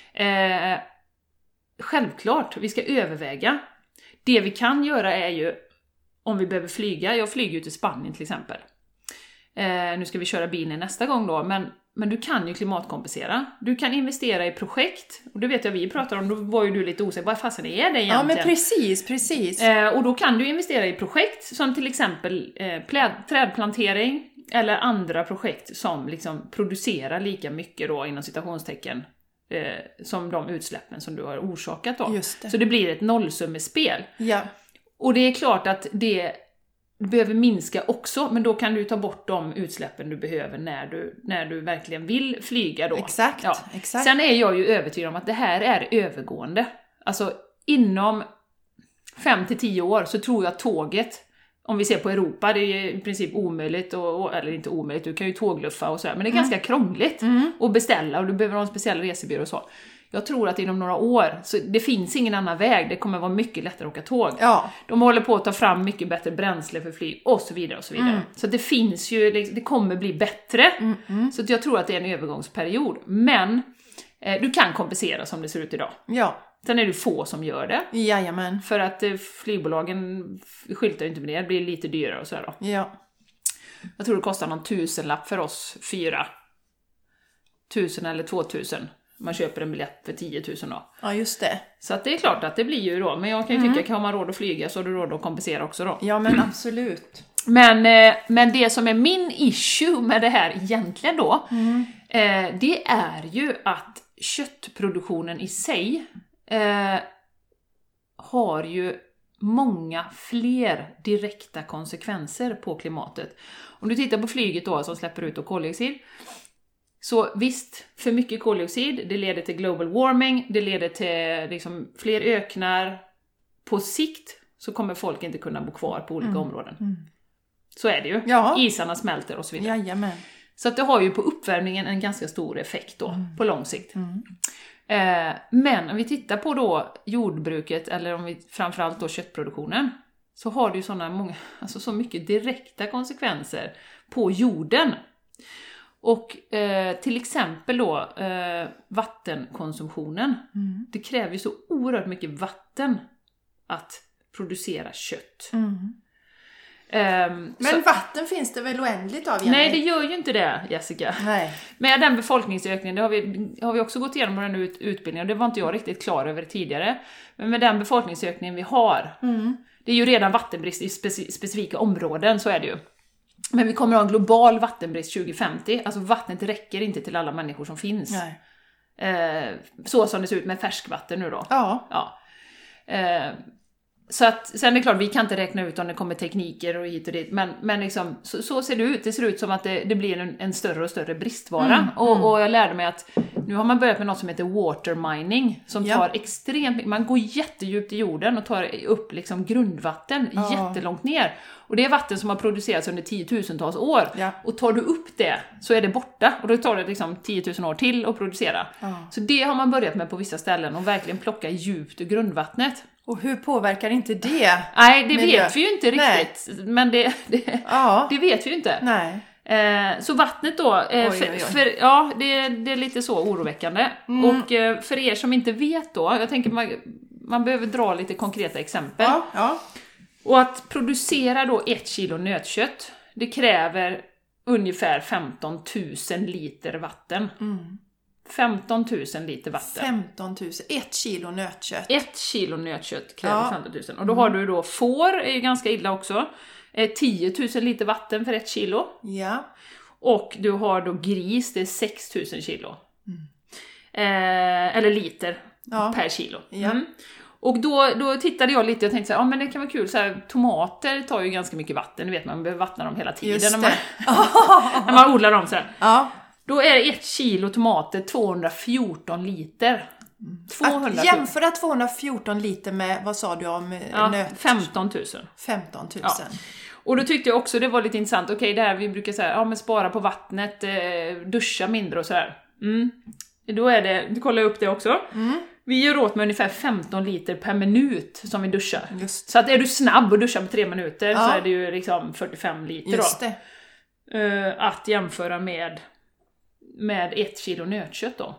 Eh, självklart, vi ska överväga. Det vi kan göra är ju, om vi behöver flyga, jag flyger ju till Spanien till exempel. Eh, nu ska vi köra bilen nästa gång då, men, men du kan ju klimatkompensera. Du kan investera i projekt, och det vet jag vi pratar om, då var ju du lite osäker, vad fasen är det egentligen? Ja men precis, precis. Eh, och då kan du investera i projekt som till exempel eh, pläd, trädplantering eller andra projekt som liksom producerar lika mycket då inom citationstecken eh, som de utsläppen som du har orsakat då. Just det. Så det blir ett nollsummespel. Ja. Och det är klart att det behöver minska också, men då kan du ta bort de utsläppen du behöver när du, när du verkligen vill flyga då. Exakt, ja. exakt. Sen är jag ju övertygad om att det här är övergående. Alltså inom fem till tio år så tror jag att tåget, om vi ser på Europa, det är i princip omöjligt, och, eller inte omöjligt, du kan ju tågluffa och så här, men det är mm. ganska krångligt mm. att beställa och du behöver ha en speciell resebyrå och så. Jag tror att inom några år, så det finns ingen annan väg, det kommer vara mycket lättare att åka tåg. Ja. De håller på att ta fram mycket bättre bränsle för flyg och så vidare och så vidare. Mm. Så det finns ju, det kommer bli bättre. Mm, mm. Så jag tror att det är en övergångsperiod. Men eh, du kan kompensera som det ser ut idag. Ja. Sen är det få som gör det. Jajamän. För att eh, flygbolagen skyltar inte med det, det blir lite dyrare och så här då. Ja. Jag tror det kostar någon tusenlapp för oss fyra. Tusen eller två tusen. Man köper en biljett för tio tusen då. Ja, just det. Så att det är klart att det blir ju då. Men jag kan ju mm. tycka, kan man råd att flyga så har du råd att kompensera också då. Ja, men absolut. Men, eh, men det som är min issue med det här egentligen då, mm. eh, det är ju att köttproduktionen i sig eh, har ju många fler direkta konsekvenser på klimatet. Om du tittar på flyget då som släpper ut koldioxid, så visst, för mycket koldioxid, det leder till global warming, det leder till liksom fler öknar. På sikt så kommer folk inte kunna bo kvar på olika mm. områden. Mm. Så är det ju. Ja. Isarna smälter och så vidare. Jajamän. Så att det har ju på uppvärmningen en ganska stor effekt då, mm. på lång sikt. Mm. Eh, men om vi tittar på då jordbruket, eller om vi framförallt då köttproduktionen, så har det ju såna många, alltså så mycket direkta konsekvenser på jorden. Och eh, till exempel då eh, vattenkonsumtionen. Mm. Det kräver ju så oerhört mycket vatten att producera kött. Mm. Um, Men så, vatten finns det väl oändligt av? Jenny? Nej, det gör ju inte det, Jessica. Nej. Med den befolkningsökningen, det har vi, har vi också gått igenom den ut, utbildningen, och det var inte jag riktigt klar över tidigare. Men med den befolkningsökningen vi har, mm. det är ju redan vattenbrist i speci- specifika områden, så är det ju. Men vi kommer att ha en global vattenbrist tjugo femtio. Alltså vattnet räcker inte till alla människor som finns. Nej. Eh, så som det ser ut med färskvatten nu då. Ja. ja. Eh, så att, sen är det klart, vi kan inte räkna ut om det kommer tekniker och hit och dit. Men, men liksom, så, så ser det ut. Det ser ut som att det, det blir en, en större och större bristvara. Mm, och, mm. och jag lärde mig att nu har man börjat med något som heter water mining. Som ja. tar extremt, man går jättedjupt i jorden och tar upp liksom grundvatten ja. jättelångt ner. Och det är vatten som har producerats under tiotusentals år. Ja. Och tar du upp det så är det borta. Och då tar det liksom tiotusen år till att producera. Ja. Så det har man börjat med på vissa ställen. Och verkligen plocka djupt ur grundvattnet. Och hur påverkar inte det? Nej, det miljö? vet vi ju inte riktigt. Nej. Men det, det, ja. det vet vi ju inte. Nej. Eh, så vattnet då, eh, oj, för, oj, oj. För, ja, det, det är lite så oroväckande. Mm. Och eh, för er som inte vet då, jag tänker man, man behöver dra lite konkreta exempel. Ja, ja. Och att producera då ett kilo nötkött, det kräver ungefär femton tusen liter vatten. Mm. femton tusen liter vatten. femton tusen, ett kilo nötkött. Ett kilo nötkött kräver ja. femton tusen. Och då har du då får, är ju ganska illa också. eh, tio tusen liter vatten för ett kilo. Ja. Och du har då gris, det är sex tusen kilo. Mm. Eh, eller liter ja. per kilo. Ja. Mm. Och då, då tittade jag lite och tänkte så här, ja men det kan vara kul, så här, tomater tar ju ganska mycket vatten, det vet man, man behöver vattna dem hela tiden när man, när man odlar dem så här. Ja. Då är ett kilo tomater tvåhundrafjorton liter. tvåhundra Att jämföra tvåhundrafjorton liter med, vad sa du om ja, nöt? femton tusen. femton tusen. Ja. Och då tyckte jag också det var lite intressant, okej okay, det här vi brukar säga, ja men spara på vattnet, eh, duscha mindre och sådär. Mm. Då är det, du kollar upp det också. Mm. Vi gör åt med ungefär femton liter per minut som vi duschar. Just. Så att är du snabb och duschar på tre minuter ja. så är det ju liksom fyrtiofem liter. Just då. Det. Uh, att jämföra med, med ett kilo nötkött då.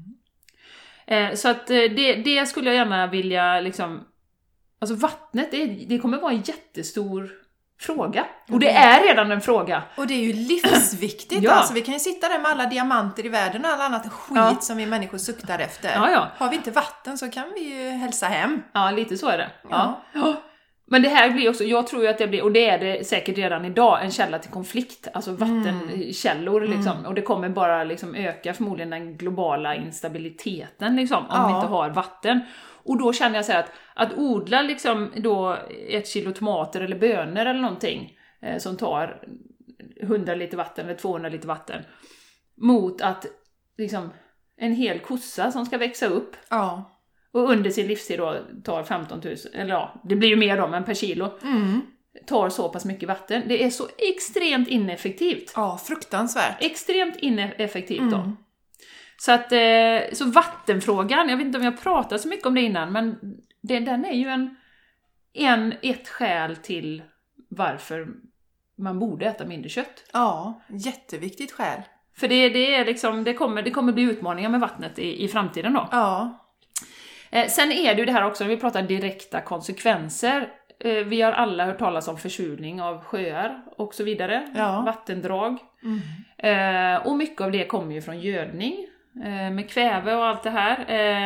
Mm. Uh, så att uh, det, det skulle jag gärna vilja liksom... Alltså vattnet, det, det kommer vara en jättestor fråga. Och det är redan en fråga. Och det är ju livsviktigt. ja. Alltså vi kan ju sitta där med alla diamanter i världen och alla annat skit ja. som vi människor suktar efter. Ja, ja. Har vi inte vatten så kan vi ju hälsa hem. Ja, lite så är det. Ja. Ja. Men det här blir också, jag tror ju att det blir, och det är det säkert redan idag, en källa till konflikt. Alltså vattenkällor mm. liksom. Mm. Och det kommer bara liksom öka förmodligen den globala instabiliteten liksom, om ja. vi inte har vatten. Och då känner jag så här att, att odla liksom då ett kilo tomater eller bönor eller någonting eh, som tar hundra liter vatten eller tvåhundra liter vatten mot att liksom en hel kossa som ska växa upp ja. och under sin livstid då tar femton tusen, eller ja, det blir ju mer då, men per kilo mm. tar så pass mycket vatten. Det är så extremt ineffektivt. Ja, fruktansvärt. Extremt ineffektivt mm. då. Så att, så vattenfrågan, jag vet inte om jag pratat så mycket om det innan, men det, den är ju en, en, ett skäl till varför man borde äta mindre kött. Ja, jätteviktigt skäl. För det, det, är liksom, det, kommer, det kommer bli utmaningar med vattnet i, i framtiden då. Ja. Eh, sen är det ju det här också, när vi pratar direkta konsekvenser. Eh, vi har alla hört talas om försurning av sjöar och så vidare. Ja. Vattendrag. Mm. Eh, och mycket av det kommer ju från gödning. Med kväve och allt det här.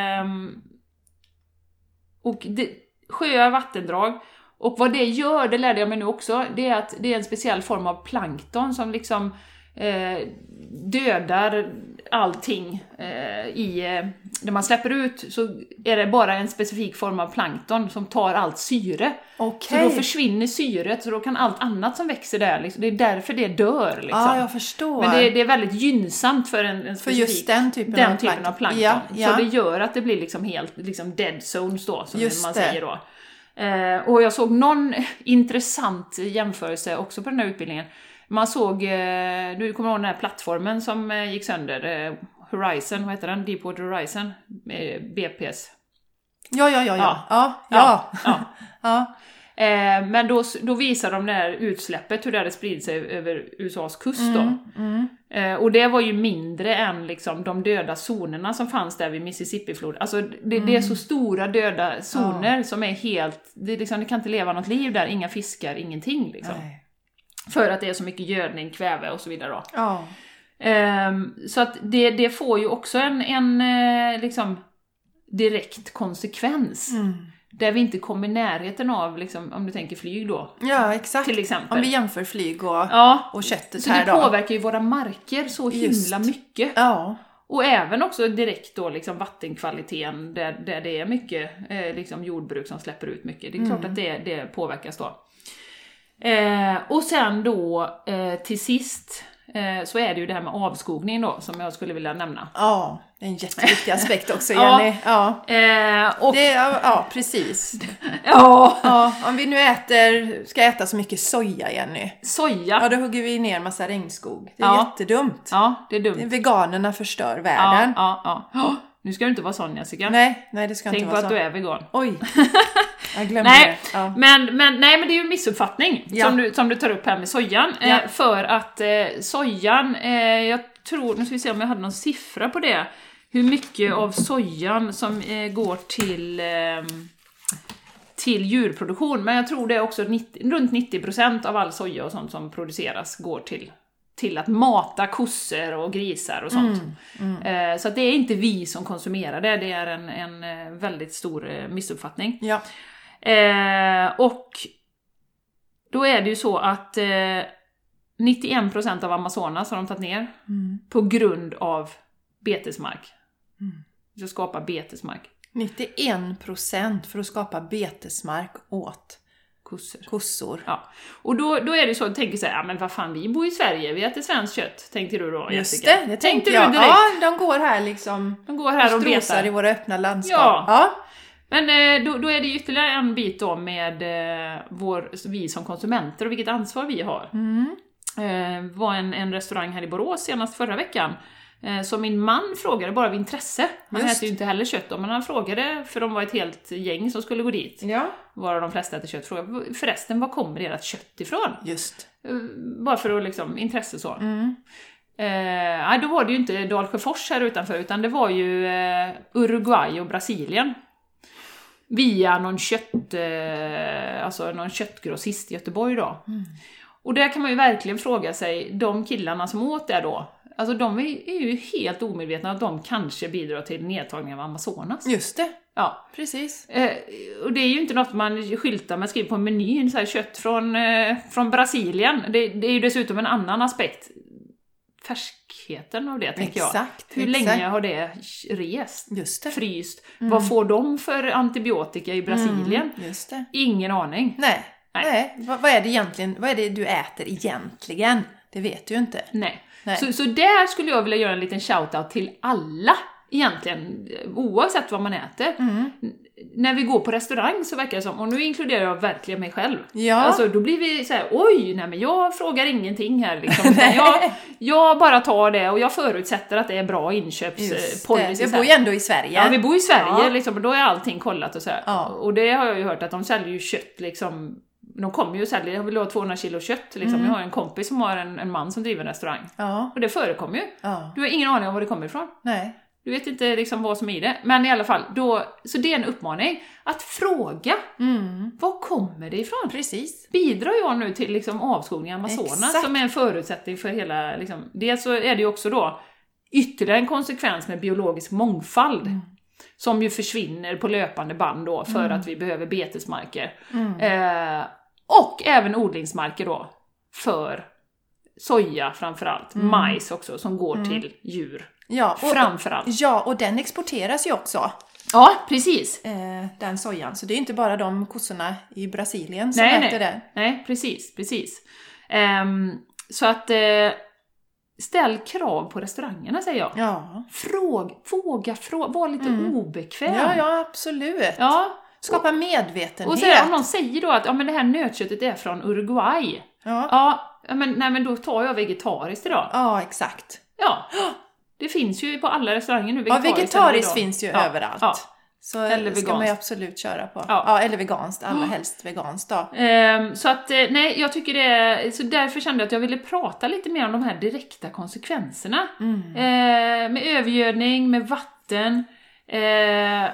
Och det, sjöar, vattendrag. Och vad det gör, det lärde jag mig nu också, det är att det är en speciell form av plankton som liksom eh, dödar allting eh, i... Eh, när man släpper ut så är det bara en specifik form av plankton som tar allt syre. Okay. Så då försvinner syret, så då kan allt annat som växer där, liksom, det är därför det dör. Liksom. Ja, jag förstår. Men det, det är väldigt gynnsamt för en, en för just den typen, den av, typen plank- av plankton. Ja, ja. Så det gör att det blir liksom helt liksom dead zones då, som just man det. säger då. Eh, och jag såg någon intressant jämförelse också på den här utbildningen. Man såg, eh, du kommer ihåg den här plattformen som eh, gick sönder, eh, Horizon, vad heter den? Deepwater Horizon, eh, B P S. Ja, ja, ja, ja. ja, ja. ja. ja. ja. Eh, men då, då visar de det här utsläppet, hur det hade spridit sig över U S A:s kust då. Mm, mm. Eh, och det var ju mindre än liksom, de döda zonerna som fanns där vid Mississippi-floden. Alltså det, mm. det är så stora döda zoner ja. som är helt... Det, liksom, det kan inte leva något liv där, inga fiskar, ingenting liksom. Nej. För att det är så mycket gödning, kväve och så vidare då. Ja. Eh, så att det, det får ju också en, en eh, liksom, direkt konsekvens. Mm. Där vi inte kommer i närheten av, liksom, om du tänker flyg då. Ja, exakt. Till exempel. Om vi jämför flyg och, ja. och köttet så här det då. påverkar ju våra marker så himla Just. mycket. Ja. Och även också direkt då liksom vattenkvaliteten där, där det är mycket eh, liksom jordbruk som släpper ut mycket. Det är klart mm. att det, det påverkas då. Eh, och sen då eh, till sist eh, så är det ju det här med avskogning då som jag skulle vilja nämna. Ja, det är en jätteviktig aspekt också, Jenny. ja. ja. Eh, och... det, ja, ja, precis. ja. ja. Om vi nu äter, ska äta så mycket soja, Jenny. Soja? Ja, då hugger vi ner en massa regnskog. Det är ja. jättedumt. Ja, det är dumt. Veganerna förstör världen. Ja, ja, ja. Oh, nu ska du inte vara sån, Jessica. Nej, nej, det ska Tänk inte vara så. Tänk på att du är vegan. Oj, jag glömde nej, det. Ja. Men, men, nej, men det är ju en missuppfattning ja. som, du, som du tar upp här med sojan. Ja. Eh, för att eh, sojan, eh, jag tror, nu ska vi se om jag hade någon siffra på det. Hur mycket av sojan som eh, går till, eh, till djurproduktion. Men jag tror det är också nittio, runt nittio procent av all soja och sånt som produceras går till, till att mata kossor och grisar och sånt. Mm, mm. Eh, så att det är inte vi som konsumerar det, det är en, en väldigt stor eh, missuppfattning. Ja. Eh, och då är det ju så att eh, nittioen procent av Amazonas har de tagit ner Mm. på grund av betesmark. Mm. För att skapa betesmark. nittioen procent för att skapa betesmark åt Kossor. kossor. Ja. Och då, då är det ju så att du tänker så här, ja men vad fan, vi bor i Sverige, vi äter svenskt kött, tänkte du då, Just Jessica? det, det tänkte tänkte du jag. direkt? Ja, de går här liksom. De går här och strosar betar i våra öppna landskap. Ja. Ja. Men eh, då, då är det ytterligare en bit då med eh, vår, vi som konsumenter och vilket ansvar vi har. Mm. Eh, var en, en restaurang här i Borås senast förra veckan eh, som min man frågade bara av intresse. Han Just. äter ju inte heller kött då, men han frågade, för de var ett helt gäng som skulle gå dit. Ja, Varav de flesta äter kött. Frågade, förresten, var kommer ert kött ifrån? just. Eh, bara för att liksom, intresse så. Mm. Eh, nej, då var det ju inte Dalsjöfors här utanför, utan det var ju eh, Uruguay och Brasilien. Via någon kött, eh, alltså någon köttgrossist i Göteborg då. Mm. Och där kan man ju verkligen fråga sig, de killarna som åt där då, alltså de är, är ju helt omedvetna att de kanske bidrar till nedtagningen av Amazonas. Just det, Ja. precis. Eh, och det är ju inte något man skyltar med, skriver på menyn, så här, kött från, eh, från Brasilien. Det, det är ju dessutom en annan aspekt. Färskheten av det, tänker jag. Exakt, Hur exakt. länge har det rest? Just det. Fryst? Mm. Vad får de för antibiotika i Brasilien? Mm, just det. Ingen aning. Nej, Nej. nej. Vad, vad är det egentligen? Vad är det du äter egentligen? Det vet du ju inte. Nej. Nej. Så, så där skulle jag vilja göra en liten shoutout till alla egentligen, oavsett vad man äter. Mm. När vi går på restaurang så verkar det som, och nu inkluderar jag verkligen mig själv. Ja. Alltså då blir vi så här: oj, nej men jag frågar ingenting här liksom. Utan jag, jag bara tar det och jag förutsätter att det är bra Just inköpspolicy. det. Vi bor ju ändå i Sverige. Ja, vi bor i Sverige Ja. liksom, och då är allting kollat och så här. Ja. Och det har jag ju hört att de säljer ju kött liksom. De kommer ju och säljer, jag vill ha tvåhundra kilo kött liksom. Mm. Jag har en kompis som har en, en man som driver en restaurang. Ja. Och det förekommer ju. Ja. Du har ingen aning om var det kommer ifrån. Nej. Du vet inte liksom vad som är i det. Men i alla fall, då, så det är en uppmaning. Att fråga, Mm. var kommer det ifrån? Precis. Bidrar jag nu till liksom avskogning av Amazonas Exakt. som är en förutsättning för hela... Liksom, dels så är det ju också då ytterligare en konsekvens med biologisk mångfald. Mm. Som ju försvinner på löpande band då för Mm. att vi behöver betesmarker. Mm. Eh, och även odlingsmarker då för soja framförallt. Mm. Majs också som går Mm. till djur. Ja, och, Framförallt. ja, och den exporteras ju också. Ja, precis. Eh, den sojan. Så det är inte bara de kossorna i Brasilien som Nej, äter nej. den. Nej, precis, precis. Ehm, så att eh, ställ krav på restaurangerna, säger jag. Ja. Fråg, våga fråga, var lite Mm. obekväm. Ja, ja, absolut. Ja. Skapa medvetenhet. Och så om någon säger då att ja, men det här nötköttet är från Uruguay. Ja. Ja, ja, men, nej, men då tar jag vegetariskt idag. Ja, exakt. Ja, det finns ju på alla restauranger nu. Ja, vegetariskt vegetariskt eller finns ju ja. överallt. Ja. Så Eller ska man ju veganskt. absolut köra på. Ja. Ja, eller veganskt. Allra helst veganskt då. Ehm, så att, eh, nej, jag tycker det, så därför kände jag att jag ville prata lite mer om de här direkta konsekvenserna. Mm. Eh, med övergödning, med vatten, eh,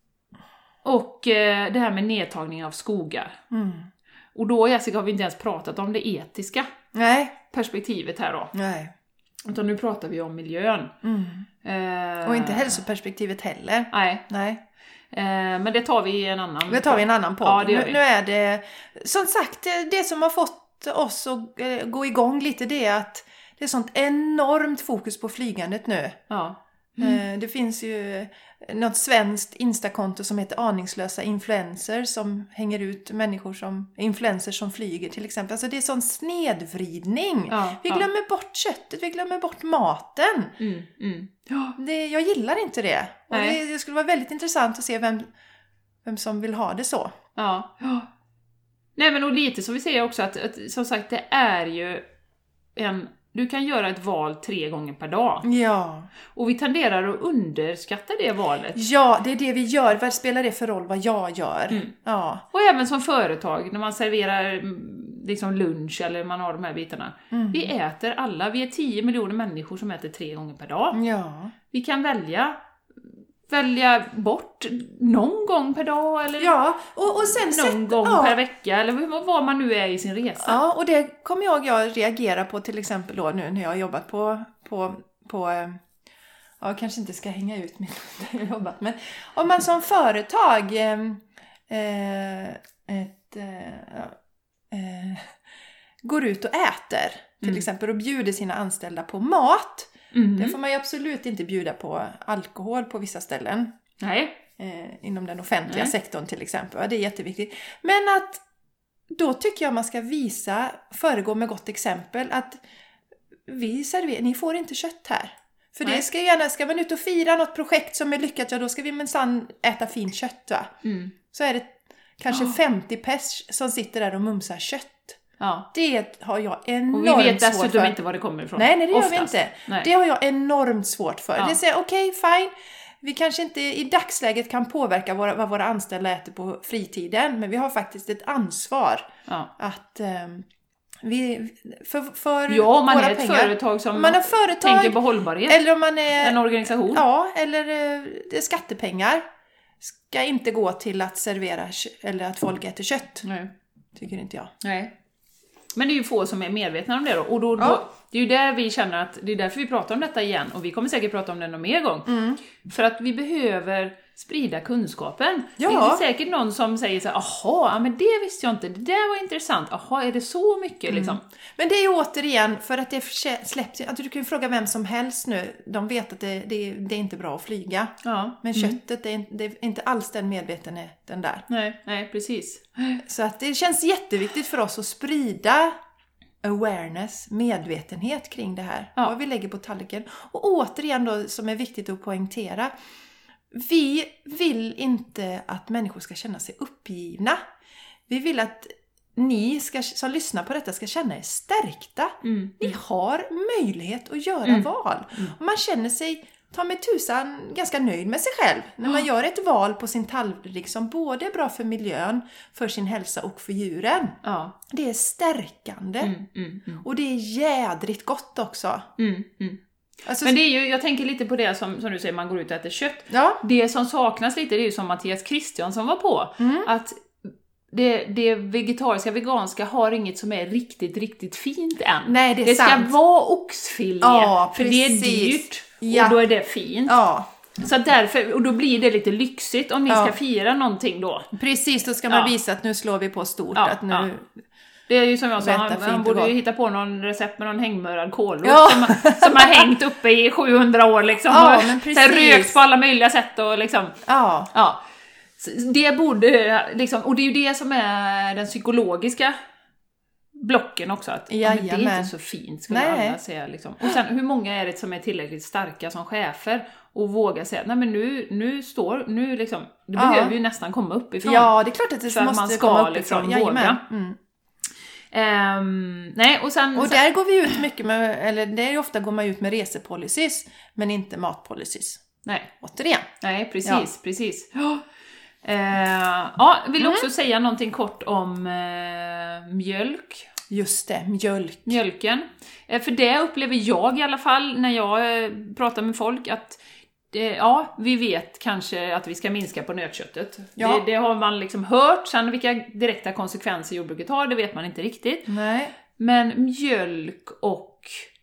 och eh, det här med nedtagning av skogar. Mm. Och då, Jessica, har vi inte ens pratat om det etiska Nej, perspektivet här då. nej. Utan nu pratar vi om miljön. Mm. Eh, Och inte hälsoperspektivet heller. Nej, Nej, eh, men det tar vi i en annan. det tar vi i en annan podd. Ja, det gör nu, vi. nu är det, som sagt, det- det som har fått oss att eh, gå igång lite, det är att det är sånt enormt fokus på flygandet nu. Ja. Eh, Det finns ju något svenskt instakonto som heter aningslösa influencer som hänger ut människor som influencers som flyger till exempel. Alltså det är sån snedvridning. Ja, Vi ja. glömmer bort köttet, vi glömmer bort maten. Mm, mm. Ja. Det, jag gillar inte det. Och Nej. det. Det skulle vara väldigt intressant att se vem, vem som vill ha det så. Ja. ja. Nej, men och lite som vi säger också att, att som sagt, det är ju en... Du kan göra ett val tre gånger per dag. Ja. Och vi tenderar att underskatta det valet. Ja, det är det vi gör. Vad spelar det för roll vad jag gör? Mm. Ja. Och även som företag, när man serverar mm, liksom lunch eller man har de här bitarna. Mm. Vi äter alla, vi är tio miljoner människor som äter tre gånger per dag. Ja. Vi kan välja välja bort någon gång per dag eller Ja, och, och sen någon sätt, gång ja. per vecka eller hur- vad man nu är i sin resa. Ja, och det kommer jag, jag reagera på till exempel då nu när jag har jobbat på, på, på eh, ja, jag kanske inte ska hänga ut min där jag har jobbat, men om man som företag eh, eh, ett, eh, ja, eh, går ut och äter. Till Mm. exempel och bjuder sina anställda på mat. Mm. Det får man ju absolut inte bjuda på alkohol på vissa ställen. Nej. Eh, inom den offentliga Nej. sektorn till exempel. Ja, det är jätteviktigt. Men att då tycker jag man ska visa, föregå med gott exempel, att vi serverar, ni får inte kött här. För Nej. det ska gärna, ska man ut och fira något projekt som är lyckat, ja då ska vi minsann äta fint kött va. Mm. Så är det kanske Ja. femtio pers som sitter där och mumsar kött. Ja. Det har jag enormt Och vi vet svårt dessutom för. inte var det kommer ifrån. Nej, nej det gör vi Oftast. inte. Nej. Det har jag enormt svårt för. Ja. Det säger okej, okay, fine. Vi kanske inte i dagsläget kan påverka våra, vad våra anställda äter på fritiden. Men vi har faktiskt ett ansvar Ja. att um, vi, för, för Ja, om man våra är ett pengar. företag som Man har företag, tänker på hållbarhet. eller om man är En organisation. Ja, eller eh, det är skattepengar. Ska inte gå till att servera kö- eller att folk äter kött. Nej. Tycker inte jag. Nej. Men det är ju få som är medvetna om det då. Och då, Ja. då, det är ju där vi känner att det är därför vi pratar om detta igen. Och vi kommer säkert prata om det någon mer gång. Mm. För att vi behöver sprida kunskapen. Ja. Det är säkert någon som säger så här, aha, ja, men det visste jag inte. Det där var intressant. Aha, är det så mycket liksom? Men det är ju återigen för att det släpps. Att du kan ju fråga vem som helst nu. De vet att det, det, det är inte bra att flyga. Ja. Men Mm. köttet, det är, inte- det är inte alls den medvetenheten där. Nej, nej, precis. Så att det känns jätteviktigt för oss att sprida awareness, medvetenhet kring det här. Ja. Vad vi lägger på tallriken. Och återigen då, som är viktigt att poängtera. Vi vill inte att människor ska känna sig uppgivna. Vi vill att ni ska, som lyssnar på detta ska känna er stärkta. Mm. Ni har möjlighet att göra Mm. val. Och man känner sig, ta med tusan, ganska nöjd med sig själv. När man gör ett val på sin tallrik som både är bra för miljön, för sin hälsa och för djuren. Ja. Det är stärkande. Mm, mm, mm. Och det är jädrigt gott också. Mm, mm. Alltså, Men det är ju, jag tänker lite på det som, som du säger, man går ut och äter kött. ja. Det som saknas lite, det är ju som Mattias Kristiansson var på. Mm. Att det, det vegetariska, veganska har inget som är riktigt, riktigt fint än. Nej, det är det ska sant. vara oxfilé, Ja, för det är precis. dyrt Ja. och då är det fint. Ja, Så att därför, och då blir det lite lyxigt om ni Ja. ska fira någonting då. precis. Då ska man Ja. visa att nu slår vi på stort. Ja, att nu... ja. Det är ju som jag sa, Berätta han, fint han och borde ju gott. hitta på någon recept med någon hängmörad kålrot Ja. som, som har hängt uppe i sjuhundra år liksom. Ja, och men sen precis. rökt på alla möjliga sätt och liksom. Ja. Ja, Så det borde liksom, och det är ju det som är den psykologiska blocken också, att ja, men det är Jajamän. inte så fint skulle Nej. alla säga liksom. Och sen hur många är det som är tillräckligt starka som chefer och vågar säga, nej men nu, nu står, nu liksom, det Ja. behöver ju nästan komma uppifrån. Ja, det är klart att det För att måste man ska komma liksom uppifrån. Jajamän. våga. Mm. Ehm, nej, och sen... Och sen, där går vi ut mycket med, eller det är ju ofta går man ut med resepolicys, men inte matpolicys. nej, Återigen. nej, precis, Ja. precis. Ja, eh, ja vill Mm. också säga någonting kort om eh, mjölk. Just det, mjölk. Mjölken. Eh, för det upplever jag i alla fall när jag eh, pratar med folk att det, ja, vi vet kanske att vi ska minska på nötköttet. Ja. Det, det har man liksom hört, sen vilka direkta konsekvenser jordbruket har, det vet man inte riktigt. Nej, Men mjölk och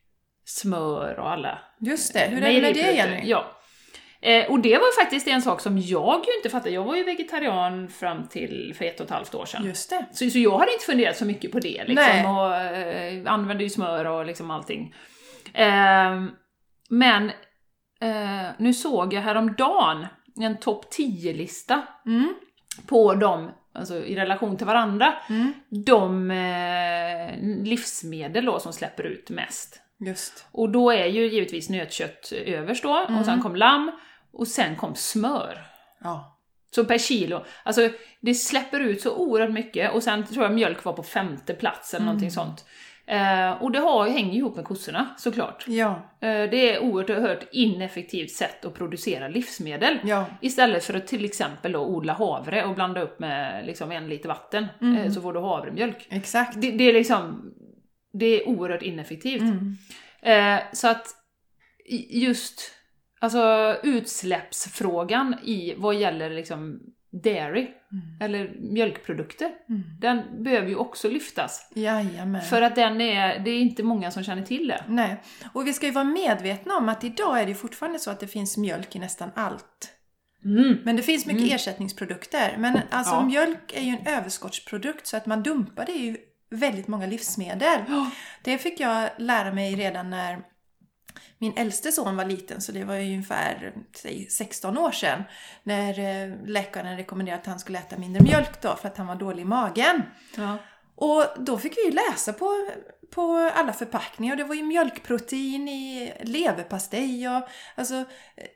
smör och alla just det. Hur är det med det igen? Ja. Eh, och det var faktiskt en sak som jag ju inte fattade. Jag var ju vegetarian fram till för ett och ett halvt år sedan. Just det. Så, så jag hade inte funderat så mycket på det. Liksom, Nej. och eh, använde ju smör och liksom allting. Eh, men eh, nu såg jag häromdagen en topp tio-lista Mm. på dem, alltså i relation till varandra, Mm. de eh, livsmedel då som släpper ut mest. Just. Och då är ju givetvis nötkött överst då, Mm. och sen kom lamm, och sen kom smör. Ja. Så per kilo, alltså det släpper ut så oerhört mycket, och sen tror jag mjölk var på femte plats eller Mm. någonting sånt. Eh, och det har, hänger ju ihop med kossorna, såklart. Ja. Eh, det är oerhört ineffektivt sätt att producera livsmedel. Ja. Istället för att till exempel då odla havre och blanda upp med liksom en liter vatten, Mm. eh, så får du havremjölk. Exakt. Det, det är liksom, det är oerhört ineffektivt. Mm. Eh, så att i- just alltså utsläppsfrågan i vad gäller liksom dairy Mm. eller mjölkprodukter, Mm. den behöver ju också lyftas. Jajamän. För att den är, det är inte många som känner till det. Nej. Och vi ska ju vara medvetna om att idag är det fortfarande så att det finns mjölk i nästan allt. Mm. Men det finns mycket Mm. ersättningsprodukter. Men alltså Ja. mjölk är ju en överskottsprodukt, så att man dumpar det är ju väldigt många livsmedel. Ja. Det fick jag lära mig redan när min äldste son var liten, så det var ju ungefär säg, sexton år sedan. När läkaren rekommenderade att han skulle äta mindre mjölk då för att han var dålig i magen. Ja. Och då fick vi läsa på, på alla förpackningar. Det var ju mjölkprotein i leverpastej. Och, alltså,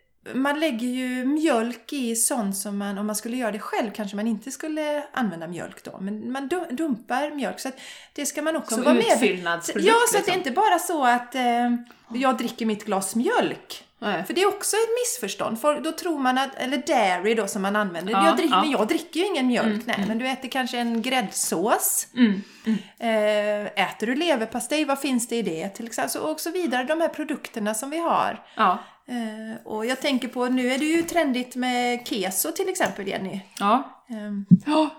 man lägger ju mjölk i sånt som man, om man skulle göra det själv kanske man inte skulle använda mjölk då. Men man dumpar mjölk, så att det ska man också som vara med. utfyllnadsprodukt. Ja, så att liksom. det inte bara så att eh, jag dricker mitt glas mjölk. Nej. För det är också ett missförstånd. För då tror man att, eller dairy då som man använder. Ja, jag dricker, ja. Men jag dricker ju ingen mjölk. Mm, nej, mm. men du äter kanske en gräddsås. Mm, mm. Eh, äter du leverpastej, vad finns det i det? Till exempel, så, och så vidare, de här produkterna som vi har. Ja. Eh, och jag tänker på, nu är det ju trendigt med keso till exempel, Jenny. Ja. Eh, Ja.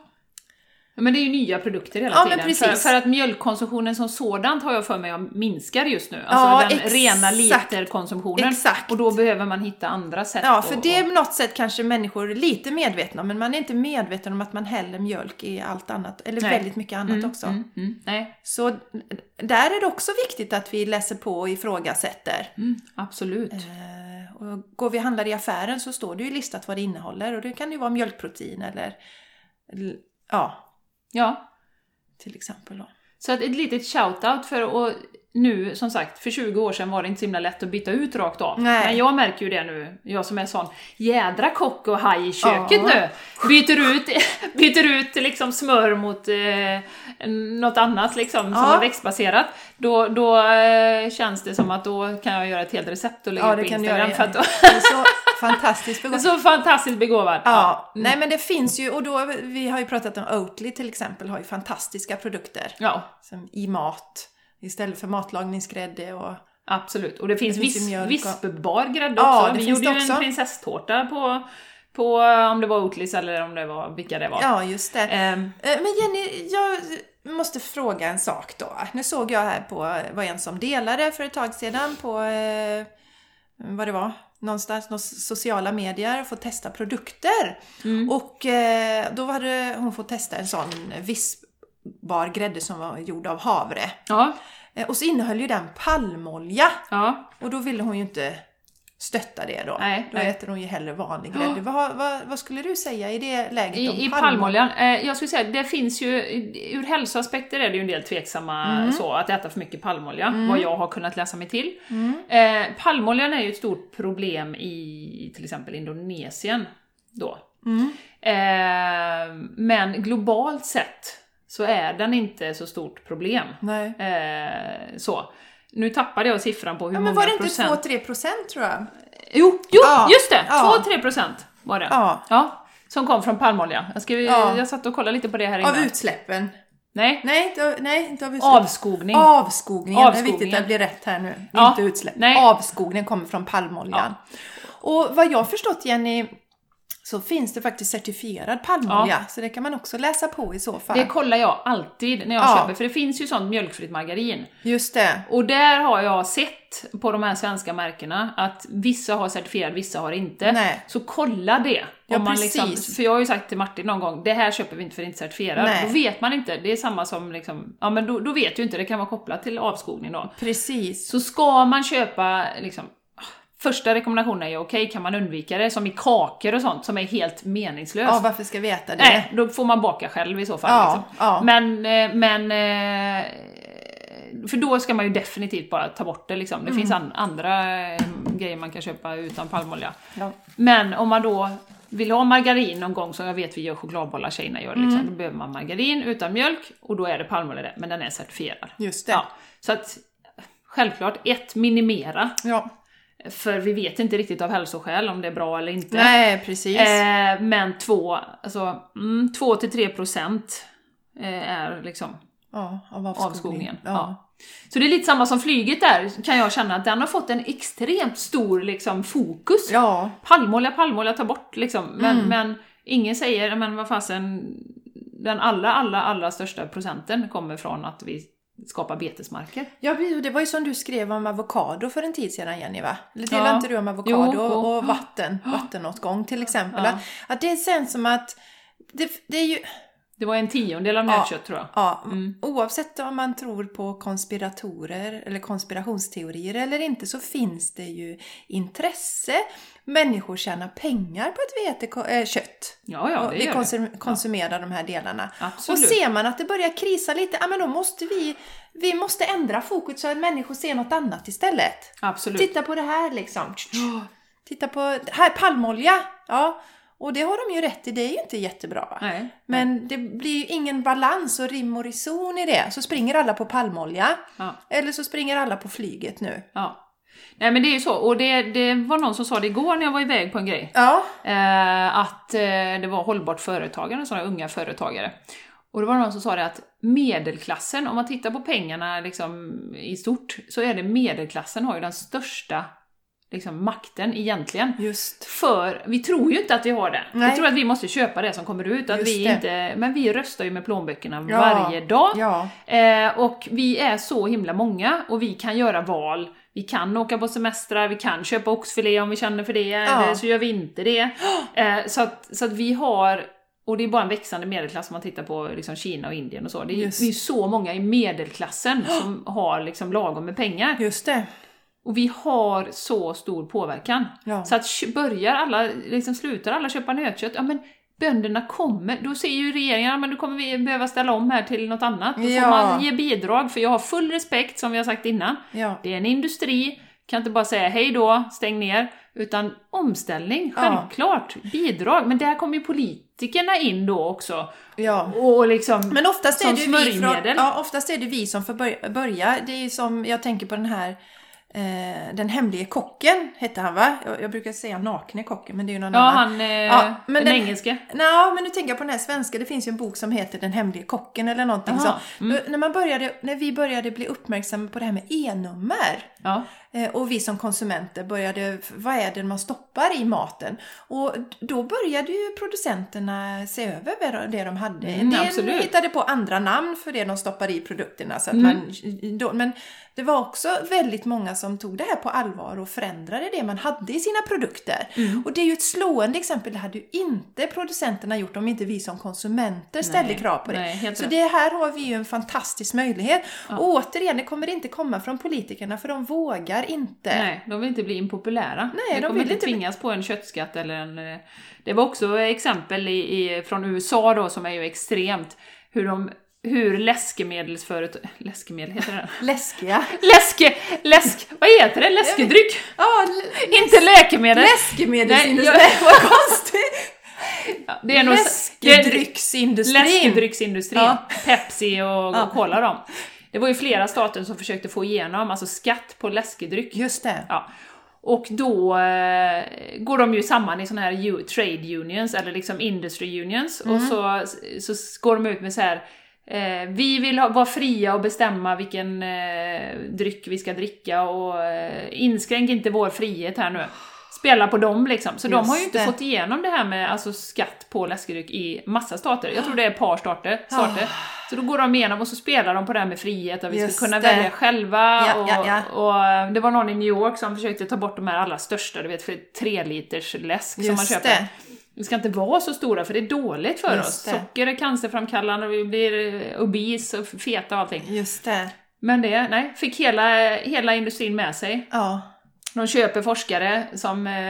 Men det är ju nya produkter hela Ja, tiden. men precis. För, för att mjölkkonsumtionen som sådant har jag för mig minskar just nu. Alltså Ja, den exakt. rena literkonsumtionen. Exakt. Och då behöver man hitta andra sätt. Ja, för och, det är och... på något sätt kanske människor är lite medvetna om, men man är inte medveten om att man häller mjölk i allt annat, eller Nej. väldigt mycket annat mm, också. Mm, mm, nej. Så där är det också viktigt att vi läser på och ifrågasätter. Mm, absolut. Eh, och går vi och handlar i affären så står det ju listat vad det innehåller, och det kan ju vara mjölkprotein eller, eller ja, Ja. till exempel då. Så att ett litet shoutout för att nu, som sagt, för tjugo år sedan var det inte så himla lätt att byta ut rakt av. Nej. Men jag märker ju det nu, jag som är sån jädra kock och haj i köket Ja. nu. Byter ut, byter ut liksom smör mot eh, något annat liksom, som Ja. är växtbaserat. Då, då eh, känns det som att då kan jag göra ett helt recept och lägga Ja, upp det på kan du Instagram. göra. För att då, Det är så fantastiskt det är begåvat. så fantastiskt begåvad. Ja, Mm. nej men det finns ju, och då, vi har ju pratat om Oatly till exempel, har ju fantastiska produkter. Ja, Som i mat, istället för matlagningsgrädde och... absolut. Och det finns, Det finns ju vis, mjölk och- vispbar grädde Ja, också. det Vi finns gjorde det ju en också. prinsesstårta på, på om det var Oatlys eller om det var vilka det var. Ja, just det. Ehm, Eh, Men Jenny, jag måste fråga en sak då. Nu såg jag här på, var en som delade för ett tag sedan på, eh, vad det var, någonstans, några sociala medier, få testa produkter. Mm. Och eh, då hade hon fått testa en sån vispbar grädde som var gjord av havre. ja, Eh, och så innehöll ju den palmolja. ja. Och då ville hon ju inte stötta det då. Nej, då nej. äter hon ju hellre vanlig grädde. Vad, vad, vad skulle du säga i det läget om I, i palmoljan, eh, jag skulle säga det finns ju, ur hälsoaspekter är det ju en del tveksamma Mm. så, att äta för mycket palmolja, vad jag har kunnat läsa mig till. Mm. Eh, palmoljan är ju ett stort problem i till exempel Indonesien då. Mm. Eh, men globalt sett så är den inte så stort problem. Nej. Eh, så. Nu tappade jag siffran på hur Ja, många men var det inte procent. två till tre procent tror jag? Jo, jo Ja, just det! ja. två till tre procent var det. Ja. Ja, som kom från palmolja. Jag, skrev, Ja. jag satt och kollade lite på det här innan. Av utsläppen? Nej, Nej, inte av, nej, inte av utsläppen. avskogning. Avskogningen. Det är Avskogningen. viktigt att det blir rätt här nu. Ja. Inte utsläpp. Nej. Avskogningen kommer från palmoljan. Och vad jag har förstått, Jenny, så finns det faktiskt certifierad palmolja. Så det kan man också läsa på i så fall. Det kollar jag alltid när jag Ja. köper, för det finns ju sånt mjölkfritt margarin. Just det. Och där har jag sett på de här svenska märkena att vissa har certifierad, vissa har inte. Nej. Så kolla det. Ja, Om man precis. liksom, för jag har ju sagt till Martin någon gång, det här köper vi inte för det är inte certifierad. Nej. Då vet man inte, det är samma som liksom, ja men då, då vet du inte, det kan vara kopplat till avskogning då. Precis. Så ska man köpa liksom, första rekommendationen är ju okej, kan man undvika det, som i kakor och sånt som är helt meningslöst. Ja, varför ska vi äta det? Nej, då får man baka själv i så fall. Ja, liksom. ja. Men, eh, men eh, för då ska man ju definitivt bara ta bort det liksom. Det Mm. finns an- andra eh, grejer man kan köpa utan palmolja. Ja. Men om man då vill ha margarin någon gång, som jag vet vi gör chokladbollar, tjejerna gör liksom, Mm. då behöver man margarin utan mjölk och då är det palmolja det, men den är certifierad. Just det. Ja, så att självklart, ett, minimera. Ja. För vi vet inte riktigt av hälsoskäl om det är bra eller inte. Nej, precis. Eh, men två, alltså mm, två till tre procent eh, är liksom ja, av avskogningen. avskogningen. Ja. Ja. Så det är lite samma som flyget där, kan jag känna att den har fått en extremt stor liksom, fokus. Ja. Palmolja, palmolja, ta bort liksom. Men, Mm. men ingen säger, men vad fasen, den allra, allra, allra största procenten kommer från att vi skapar betesmarker. Ja, det var ju som du skrev om avokado för en tid sedan, Jenny, va? Eller delade Ja. inte du om avokado Jo, och, och jo. vatten, vattenåtgång till exempel? Ja. Att, att det känns som att det, det är ju... Det var en tiondel av nötkött, tror jag. Ja, mm. Oavsett om man tror på konspiratorer eller konspirationsteorier eller inte, så finns det ju intresse. Människor tjänar pengar på ett vete, äh, kött. Ja, ja, det vi gör konsum- det. konsumerar ja. de här delarna. Absolut. Och ser man att det börjar krisa lite, ja, men då måste vi, vi måste ändra fokus så att människor ser något annat istället. Absolut. Titta på det här liksom. Titta på, här palmolja. Ja. Och det har de ju rätt i, det är ju inte jättebra. Nej, men nej. det blir ju ingen balans och rim och reson i det. Så springer alla på palmolja. Ja. Eller så springer alla på flyget nu. Ja. Nej, men det är ju så. Och det, det var någon som sa det igår när jag var iväg på en grej. Ja. Eh, att eh, det var hållbart företagare, sådana unga företagare. Och det var någon som sa det att medelklassen, om man tittar på pengarna liksom i stort, så är det medelklassen har ju den största liksom makten egentligen. Just. För vi tror ju inte att vi har det. Nej. Vi tror att vi måste köpa det som kommer ut. Att vi det. inte, men vi röstar ju med plånböckerna Ja. varje dag. Ja. Eh, och vi är så himla många och vi kan göra val. Vi kan åka på semestrar, vi kan köpa oxfilé om vi känner för det. Ja. Eller så gör vi inte det. Eh, så, att, så att vi har... Och det är bara en växande medelklass om man tittar på liksom Kina och Indien och så. Det är, Just. det är så många i medelklassen som har liksom lagom med pengar. Just det. Och vi har så stor påverkan. Ja. Så att börjar alla, liksom slutar alla köpa nötkött, ja men bönderna kommer, då ser ju regeringen, ja, men då kommer vi behöva ställa om här till något annat. Då Ja. får man ge bidrag, för jag har full respekt som vi har sagt innan. Ja. Det är en industri, kan inte bara säga hej då, stäng ner. Utan omställning, Ja. självklart, bidrag. Men där kommer ju politikerna in då också. Ja. Och liksom, Men oftast är, som det ju vi från, smörjmedel. ja, oftast är det vi som får börja, börja. Det är som, jag tänker på den här eh, Den hemlige kocken hette han, va? Jag, jag brukar säga nakne kocken, men det är ju någon Ja, annan. han, eh, Ja, men den, den- engelske. Nej, men nu tänker jag på den här svenska. Det finns ju en bok som heter Den hemlige kocken eller någonting Jaha, så. När, man började, när vi började bli uppmärksamma på det här med e-nummer. Ja. Eh, Och vi som konsumenter började, vad är det man stoppar i maten? Och då började ju producenterna se över det de hade. Mm, En del absolut. hittade på andra namn för det de stoppar i produkterna. Så att Mm. man, då, men det var också väldigt många som tog det här på allvar och förändrade det man hade i sina produkter. Mm. Och det är ju ett slående exempel. Det hade ju inte producenterna gjort om inte vi som konsumenter ställde Nej, krav på det. nej, helt Så rätt. det här har vi ju en fantastisk möjlighet. Och återigen, det kommer inte komma från politikerna för de vågar inte. Nej, de vill inte bli impopulära. Nej, de de kommer vill inte inte bli- tvingas på en köttskatt eller en... eh, Det var också exempel i, i, från U S A då, som är ju extremt, hur de hur läskemedelsföretag... Läskemedel heter det? Läskiga. Läske... Läsk... Vad heter det? Läskedryck? Ja, l- Inte läkemedel. läskemedelsindustrin. Nej, Vad konstigt. Ja, det är nog... det är- Läskedrycksindustrin. Läskedrycksindustrin. Ja. Pepsi och, och Cola dem. Det var ju flera stater som försökte få igenom alltså skatt på läskedryck. Just det. Ja. Och då eh, går de ju samman i såna här u- trade unions eller liksom industry unions och så, så går de ut med så här eh, vi vill ha, vara fria och bestämma vilken eh, dryck vi ska dricka och eh, inskränk inte vår frihet här nu. Spela på dem liksom. Så de Just har ju inte det. fått igenom det här med alltså, skatt på läskedryck i massa stater. Jag tror det är ett par stater. stater. Så då går de igenom och så spelar de på det här med frihet och vi Just ska kunna det. välja själva. Ja, och, ja, ja. och det var någon i New York som försökte ta bort de här allra största, du vet, för tre liters läsk som man Just köper. det. Vi ska inte vara så stora för det är dåligt för Just oss. det. Socker är cancerframkallande och vi blir eh, obese och feta och allting. Just det. Men det, nej, fick hela, hela industrin med sig. Ja. De köper forskare som eh,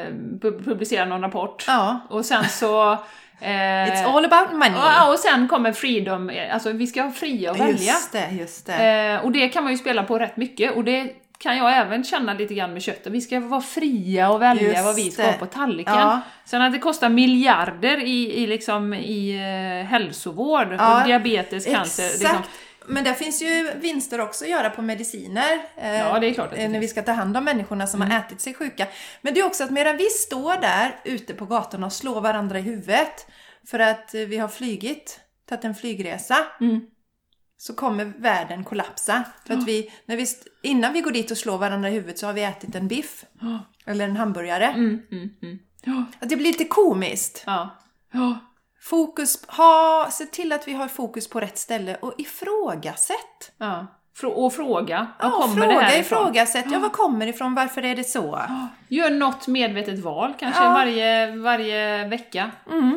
pu- publicerar någon rapport. Ja. Och sen så... Eh, It's all about money. ja, och sen kommer freedom, alltså vi ska ha fria att välja. Just det, just det. Eh, och det kan man ju spela på rätt mycket. Och det kan jag även känna lite grann med köttet. Vi ska vara fria och välja Just vad vi ska det. ha på tallriken. Ja. Sen att det kostar miljarder i, i, liksom, i eh, hälsovård. Ja, och diabetes, cancer. Exakt. Liksom. Men där finns ju vinster också att göra på mediciner. eh, Ja, det är klart att det eh, När finns. vi ska ta hand om människorna som har ätit sig sjuka. Men det är också att medan vi står där ute på gatorna och slår varandra i huvudet för att eh, vi har flygit, tagit en flygresa. Mm. Så kommer världen kollapsa. För att vi, när vi, st- innan vi går dit och slår varandra i huvudet så har vi ätit en biff. Ja. Eller en hamburgare. Mm, mm, mm. Ja. Att det blir lite komiskt. Ja. Ja. Fokus, ha, se till att vi har fokus på rätt ställe och ifrågasätt. Ja. Frå- och fråga. Var Ja, kommer fråga, det här ifrån? ifrågasätt. Ja, var kommer det ifrån? Varför är det så? Gör något medvetet val kanske Ja. varje, varje vecka. Mm.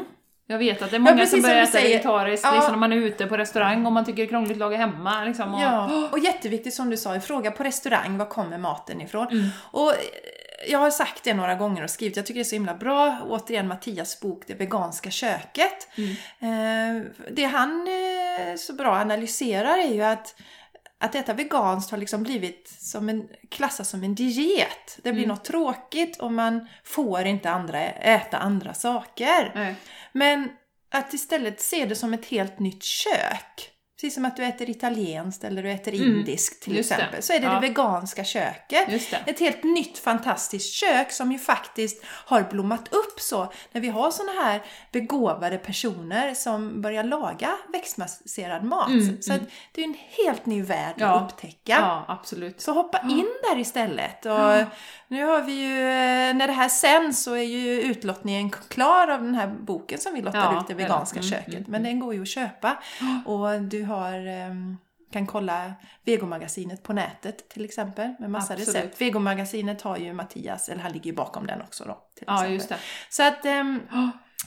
Jag vet att det är många Ja, som börjar som äta vegetariskt ja. liksom när man är ute på restaurang och man tycker det är krångligt att laga hemma. Liksom, och... Ja, och jätteviktigt som du sa, fråga på restaurang, var kommer maten ifrån? Mm. Och jag har sagt det några gånger och skrivit, jag tycker det är så himla bra. Återigen Mattias bok, Det veganska köket. Mm. Det han så bra analyserar är ju att Att äta veganskt har liksom blivit som en, klassas som en diet. Det blir mm. något tråkigt och man får inte andra, äta andra saker. Nej. Men att istället se det som ett helt nytt kök. Precis som att du äter italienskt eller du äter mm. indiskt till Just exempel. Det. Så är det ja. det veganska köket. Just det. Ett helt nytt fantastiskt kök som ju faktiskt har blommat upp så. När vi har såna här begåvade personer som börjar laga växtbaserad mat. Mm. Så att det är en helt ny värld ja. att upptäcka. Ja, absolut. Så hoppa in där istället. Och ja. Nu har vi ju, när det här sänds så är ju utlottningen klar av den här boken som vi lottar ja, ut, Det veganska mm, köket. mm, Men den går ju att köpa. Mm. Och du har, kan kolla Vegomagasinet på nätet till exempel. Med massa absolut. recept. Vegomagasinet har ju Mattias, eller han ligger ju bakom den också då. Till ja, exempel. just det. Så att um,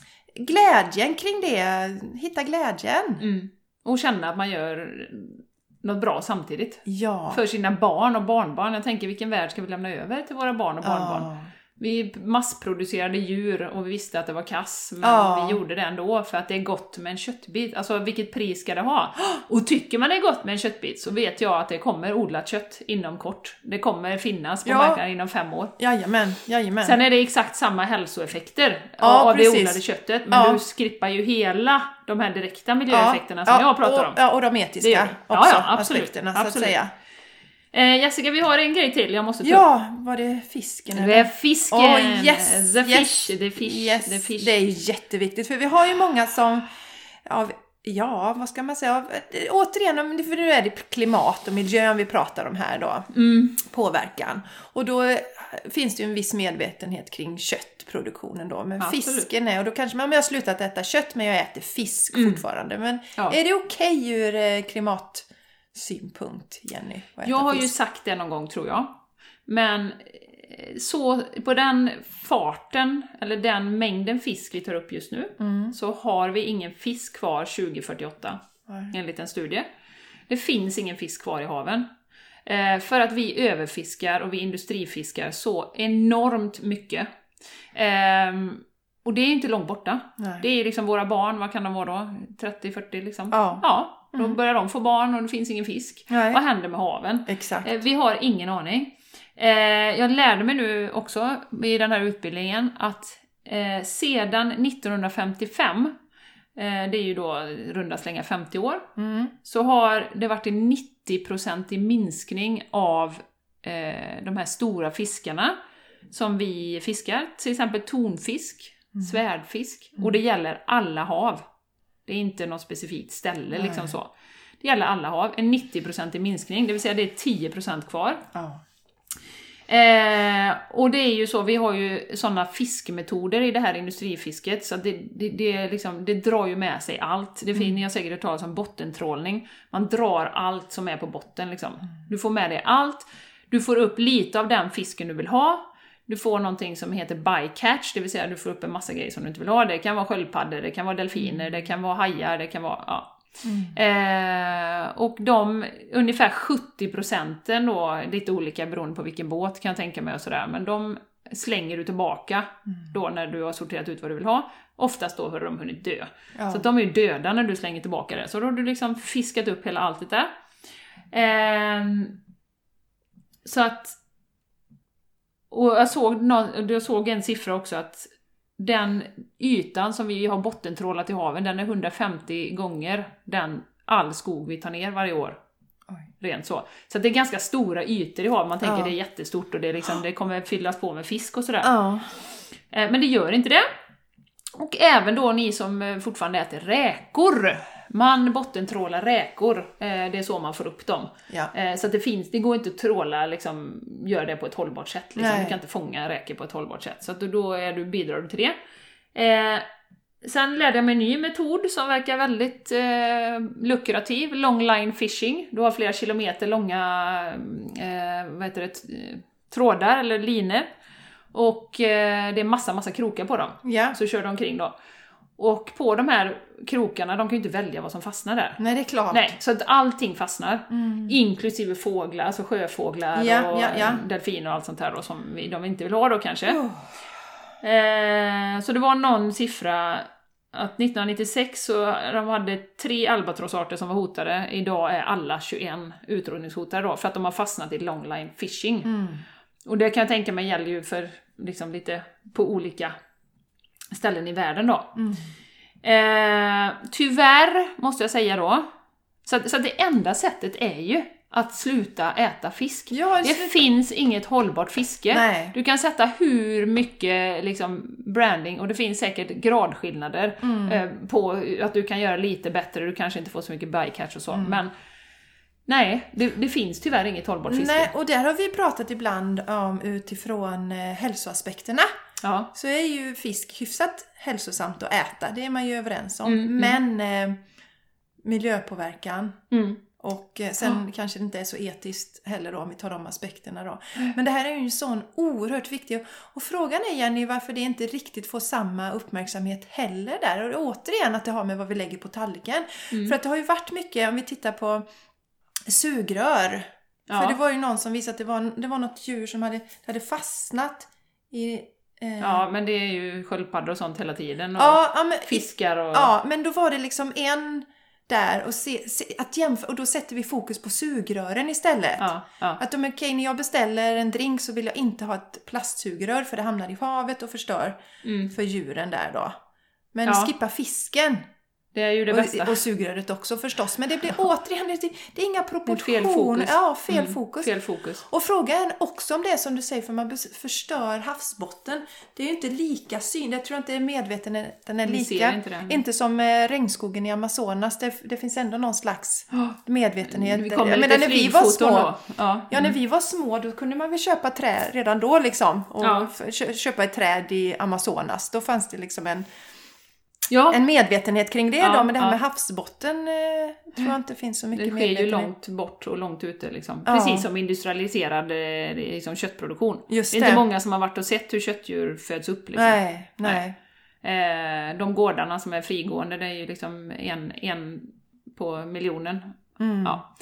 glädjen kring det, hitta glädjen. Mm. Och känna att man gör något bra samtidigt. Ja. För sina barn och barnbarn. Jag tänker, vilken värld ska vi lämna över till våra barn och barnbarn? Ja. Vi massproducerade djur och vi visste att det var kass. Men ja. vi gjorde det ändå för att det är gott med en köttbit. Alltså vilket pris ska det ha? Och tycker man det är gott med en köttbit så vet jag att det kommer odlat kött inom kort. Det kommer finnas på ja. marknaden inom fem år. Jajamän, jajamän. Sen är det exakt samma hälsoeffekter ja, av precis. det odlade köttet. Men ja. du skrippar ju hela de här direkta miljöeffekterna ja. som ja. jag pratar och, om. Ja, och de etiska det också. Ja, ja, absolut. Aspekterna så absolut. att säga. Eh, Jessica, vi har en grej till jag måste ta Ja, var det fisken? Eller? Det är fisken. Oh, yes, the yes, fish, the fish, yes. the fish. Det är jätteviktigt. För vi har ju många som, av, ja, vad ska man säga? Av, återigen, för nu är det klimat och miljön vi pratar om här då. Mm. Påverkan. Och då finns det ju en viss medvetenhet kring köttproduktionen då. Men absolut. Fisken är, och då kanske man har slutat äta kött men jag äter fisk mm. fortfarande. Men ja. är det okej okay ur klimat... synpunkt, Jenny? Jag har fisk? ju sagt det någon gång tror jag. Men så på den farten, eller den mängden fisk vi tar upp just nu, mm. så har vi ingen fisk kvar tjugo fyrtioåtta. Nej. Enligt en studie. Det finns ingen fisk kvar i haven. Eh, för att vi överfiskar och vi industrifiskar så enormt mycket. Eh, och det är inte långt borta. Nej. Det är liksom våra barn, vad kan de vara då? trettio fyrtio liksom. Ja. ja. Då börjar de få barn och det finns ingen fisk. Nej. Vad händer med haven? Exakt. Eh, vi har ingen aning. Eh, jag lärde mig nu också i den här utbildningen att eh, sedan nittonhundrafemtiofem, eh, det är ju då runda slänga femtio år, mm. så har det varit en nittio procent i minskning av eh, de här stora fiskarna som vi fiskar. Till exempel tonfisk, mm. svärdfisk. Mm. Och det gäller alla hav. Det är inte något specifikt ställe liksom så. Det gäller alla hav. En nittio procent i minskning. Det vill säga det är tio procent kvar. Oh. Eh, och det är ju så. Vi har ju sådana fiskmetoder i det här industrifisket. Så det, det, det, liksom, det drar ju med sig allt. Det finns, mm. ni har säkert hört talas om bottentrålning. Man drar allt som är på botten liksom. Mm. Du får med dig allt. Du får upp lite av den fisken du vill ha. Du får någonting som heter bycatch, det vill säga du får upp en massa grejer som du inte vill ha. Det kan vara sköldpaddor, det kan vara delfiner, det kan vara hajar, det kan vara... Ja. Mm. Eh, och de ungefär sjuttio procenten då, lite olika beroende på vilken båt kan jag tänka mig och sådär, men de slänger du tillbaka mm. då när du har sorterat ut vad du vill ha. Oftast då har de hunnit dö. Ja. Så att de är ju döda när du slänger tillbaka det. Så då har du liksom fiskat upp hela allt det där. Eh, så att och jag såg, någon, jag såg en siffra också att den ytan som vi har bottentrålat i haven, den är hundrafemtio gånger den all skog vi tar ner varje år. Oj. Rent så. Så det är ganska stora ytor i haven. Man tänker ja. det är jättestort och det, är liksom, det kommer fyllas på med fisk och sådär. Ja. Men det gör inte det. Och även då ni som fortfarande äter räkor. Man bottentrålar räkor. Det är så man får upp dem. Ja. Så att det finns, det går inte att tråla, liksom, gör det på ett hållbart sätt. Liksom. Du kan inte fånga räkor på ett hållbart sätt. Så att då är du, bidrar du till det. Eh, sen lärde jag mig en ny metod som verkar väldigt eh, lukrativ. Long line fishing. Du har flera kilometer långa eh, vad heter det, trådar eller linor. Och eh, det är massa, massa krokar på dem. Ja. Så kör de omkring då. Och på de här krokarna, de kan ju inte välja vad som fastnar där. Nej, det är klart. Nej, så att allting fastnar. Mm. Inklusive fåglar, alltså sjöfåglar ja, och ja, ja. delfiner och allt sånt här då, som vi, de inte vill ha då kanske. Oh. Eh, så det var någon siffra att nittonhundranittiosex så de hade tre albatrossarter som var hotade. Idag är alla tjugoett utrotningshotade då, för att de har fastnat i longline fishing. Mm. Och det kan jag tänka mig gäller ju för liksom lite på olika ställen i världen då. Mm. Eh, tyvärr måste jag säga då, så att, så att det enda sättet är ju att sluta äta fisk. Ja, det sluta. finns inget hållbart fiske. Nej. Du kan sätta hur mycket liksom, branding, och det finns säkert gradskillnader mm. eh, på att du kan göra lite bättre, du kanske inte får så mycket bycatch och så, mm. men nej, det, det finns tyvärr inget hållbart fiske. Nej, och där har vi pratat ibland om utifrån eh, hälsoaspekterna. Ja. Så är ju fisk hyfsat hälsosamt att äta, det är man ju överens om. Mm, men eh, miljöpåverkan Mm. och eh, sen Ja. kanske det inte är så etiskt heller då, om vi tar de aspekterna då. Mm. Men det här är ju en sån oerhört viktig, och frågan är, Jenny, varför det inte riktigt får samma uppmärksamhet heller där. Och återigen att det har med vad vi lägger på tallriken. Mm. För att det har ju varit mycket, om vi tittar på sugrör. Ja. För det var ju någon som visade att det var, det var något djur som hade, hade fastnat i... Eh... Ja, men det är ju sköldpaddor och sånt hela tiden. Och ja, ja, men, fiskar och... Ja, men då var det liksom en där och, se, se, att jämföra, och då sätter vi fokus på sugrören istället. Ja, ja. Att om okay, när jag beställer en drink så vill jag inte ha ett plastsugrör, för det hamnar i havet och förstör Mm. för djuren där då. Men Ja. skippa fisken. Det är ju det bästa. Och, och sugröret också förstås. Men det blir återigen, det, det är inga proportioner. Fel fokus. Ja, fel Mm, fokus. fel fokus. Och frågan också om det som du säger, för man förstör havsbotten. Det är ju inte lika syn. Jag tror inte medvetenheten är Vi lika. ser inte det. Inte som eh, regnskogen i Amazonas. Det, det finns ändå någon slags medvetenhet. Vi kommer Jag lite menar, när vi var små, då. Ja. ja, när vi var små då kunde man väl köpa träd redan då liksom. Och Ja. f- köpa ett träd i Amazonas. Då fanns det liksom en Ja, en medvetenhet kring det Ja, då, men det här ja. med havsbotten eh, tror jag inte finns så mycket det sker ju medvetenhet. långt bort och långt ute liksom. Ja. Precis som industrialiserad eh, liksom köttproduktion. Just det är det. inte många som har varit och sett hur köttdjur föds upp liksom. Nej, nej. Eh, de gårdarna som är frigående, det är ju liksom en, en på miljonen. Mm. Ja.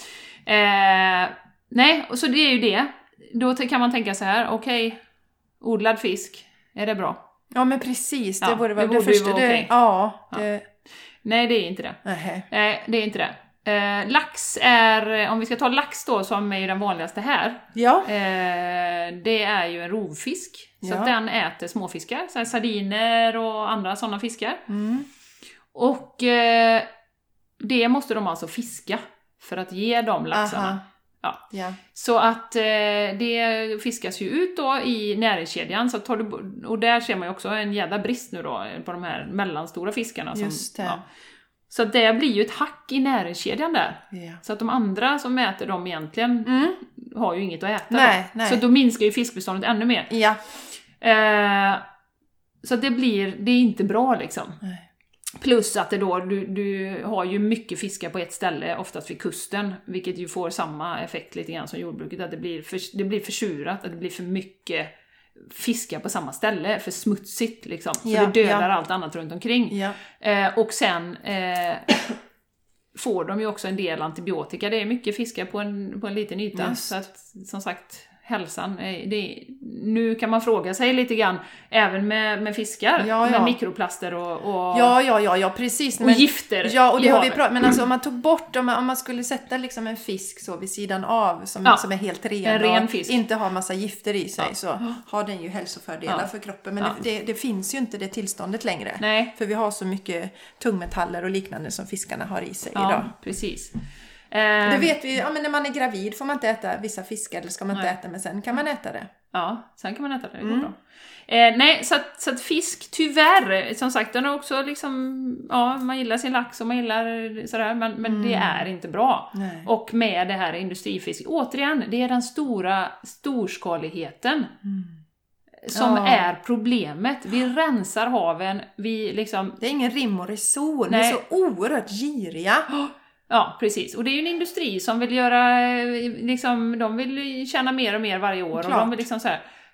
Eh, nej, och så det är ju det. Då kan man tänka så här, okej, okay, odlad fisk, är det bra? Ja, men precis. Det Ja, borde vara det det, borde ju första. vara Det, okej. ja, Ja. det, Nej, det är inte det. nej. Nej, det är inte det. Eh, lax är, om vi ska ta lax då som är ju den vanligaste här, Ja, eh, det är ju en rovfisk. Så Ja. att den äter småfiskar, så här sardiner och andra sådana fiskar. mm. Och eh, det måste de alltså fiska för att ge de laxarna. Aha. Ja. Ja. Så att eh, det fiskas ju ut då i näringskedjan, så tar du, och där ser man ju också en jävla brist nu då på de här mellanstora fiskarna. Som, Just det. Ja. Så att det blir ju ett hack i näringskedjan där. Ja. Så att de andra som äter dem egentligen Mm. har ju inget att äta. Nej, då. nej. Så då minskar ju fiskbeståndet ännu mer. Ja. Eh, så det blir, det är inte bra liksom. Nej. Plus att det då, du, du har ju mycket fiskar på ett ställe, oftast vid kusten, vilket ju får samma effekt lite grann som jordbruket, att det blir, för, det blir försurat, att det blir för mycket fiskar på samma ställe, för smutsigt liksom. Så Ja, det dödar ja. allt annat runt omkring. Ja. Eh, och sen eh, får de ju också en del antibiotika, det är mycket fiskar på en, på en liten yta. Just. Så att, som sagt, hälsan, är, det, nu kan man fråga sig lite grann, även med, med fiskar, Ja, med ja. mikroplaster och, och Ja, ja, ja, ja, precis. och gifter Ja, och det i har vi havet. pratat, men alltså om man tog bort, om man, om man skulle sätta liksom en fisk så vid sidan av som, Ja. som är helt ren, En ren och fisk. inte har massa gifter i sig, Ja. så har den ju hälsofördelar Ja. för kroppen. Men Ja. det, det, det finns ju inte det tillståndet längre. Nej. För vi har så mycket tungmetaller och liknande som fiskarna har i sig Ja, idag. precis. Det Eh, vet vi, ja, men när man är gravid får man inte äta vissa fiskar, eller ska man inte Nej. äta, men sen kan man äta det. Ja, sen kan man äta det, det går Mm. bra. Eh, nej, så att, så att fisk, tyvärr, som sagt, den är också liksom, ja, man gillar sin lax och man gillar sådär, men, men det är inte bra. Nej. Och med det här industrifisk, återigen, det är den stora storskaligheten som Ja. är problemet. Vi rensar haven, vi liksom, Det är ingen rim och reson, vi är Nej. så oerhört giriga. ja, precis. Och det är ju en industri som vill göra, eh, liksom, de vill tjäna mer och mer varje år. Klart. Och de vill liksom så här,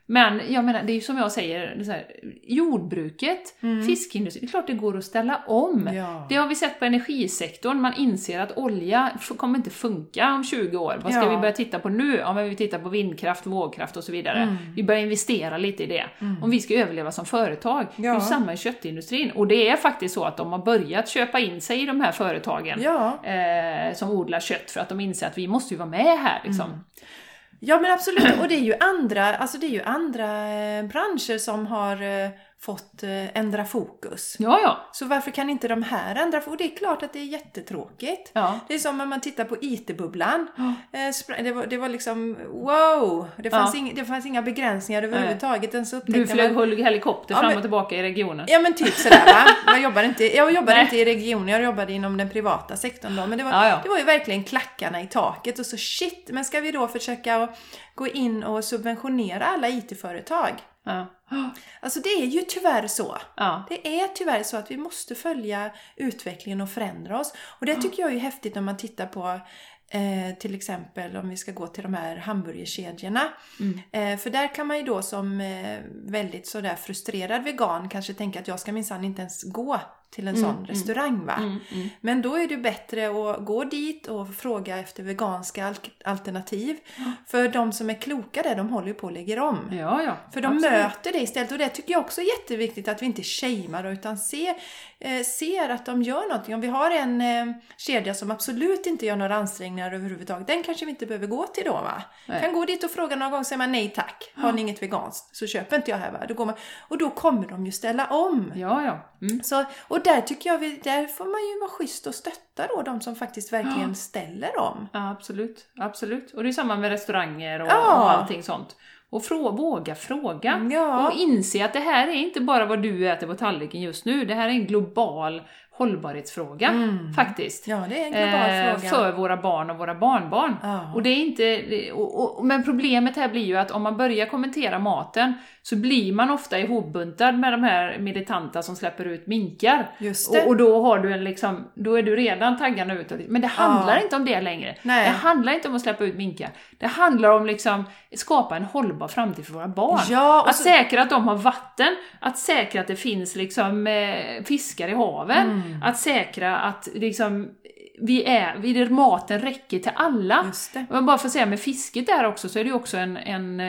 Men jag menar, det är ju som jag säger, det är så här, jordbruket, mm. fiskindustrin, det är klart det går att ställa om. Ja. Det har vi sett på energisektorn, man inser att olja kommer inte funka om tjugo år. Vad ska ja. vi börja titta på nu? Ja, men vi tittar på vindkraft, vågkraft och så vidare. Mm. Vi börjar investera lite i det. Mm. Om vi ska överleva som företag. Ja. Det är samma i köttindustrin. Och det är faktiskt så att de har börjat köpa in sig i de här företagen ja. eh, som odlar kött för att de inser att vi måste ju vara med här liksom. Mm. Ja, men absolut. Och det är ju andra, alltså det är ju andra eh, branscher som har eh, fått eh, ändra fokus. Ja, ja. Så varför kan inte de här ändra fokus? Och det är klart att det är jättetråkigt. Ja. Det är som när man tittar på I T-bubblan. Ja. Eh, det, var, det var liksom, wow! Det fanns, ja. ing, det fanns inga begränsningar överhuvudtaget. Den så du flög man, helikopter ja, fram men, och tillbaka i regionen. Ja, men typ sådär va. Jag jobbade inte, jag jobbade inte i regionen, jag jobbade inom den privata sektorn då. Men det var, ja, ja. det var ju verkligen klackarna i taket. Och så shit, men ska vi då försöka gå in och subventionera alla I T-företag? Ja. Alltså det är ju tyvärr så. Ja. Det är tyvärr så att vi måste följa utvecklingen och förändra oss. Och det tycker jag är häftigt när man tittar på eh, till exempel om vi ska gå till de här hamburgerkedjorna. Mm. Eh, för där kan man ju då som eh, väldigt sådär frustrerad vegan kanske tänka att jag ska minsann inte ens gå till en mm, sån mm, restaurang va. Mm, mm. Men då är det bättre att gå dit och fråga efter veganska al- alternativ. Mm. För de som är kloka där, de håller ju på och lägger om. Ja, ja. För de absolut. Möter det istället. Och det tycker jag också är jätteviktigt att vi inte shamear utan ser, eh, ser att de gör någonting. Om vi har en eh, kedja som absolut inte gör några ansträngningar överhuvudtaget, den kanske vi inte behöver gå till då va. Nej. Kan gå dit och fråga någon gång och säga man nej tack, har ni inget veganskt så köper inte jag här va. Då går man, och då kommer de ju ställa om. Ja, ja. Mm. Så, och där tycker jag, vi, där får man ju vara schysst och stötta då de som faktiskt verkligen ja. Ställer om. Ja, absolut. Absolut. Och det är samma med restauranger och, ja. och allting sånt. Och frå, våga fråga. Ja. Och inse att det här är inte bara vad du äter på tallriken just nu. Det här är en global hållbarhetsfråga mm. faktiskt. Ja, det är en global eh, fråga. För våra barn och våra barnbarn. Ja. Och det är inte, och, och, men problemet här blir ju att om man börjar kommentera maten så blir man ofta ihopbuntad med de här militanta som släpper ut minkar. Just det. Och, och då har du en liksom, då är du redan taggarna ut. Men det handlar ja. Inte om det längre. Nej. Det handlar inte om att släppa ut minkar. Det handlar om liksom skapa en hållbar framtid för våra barn. Ja, att så... säkra att de har vatten, att säkra att det finns liksom eh, fiskar i haven, mm. att säkra att liksom vi är, vid maten räcker till alla. Just det. Men bara för att säga med fisket där också så är det också en, en,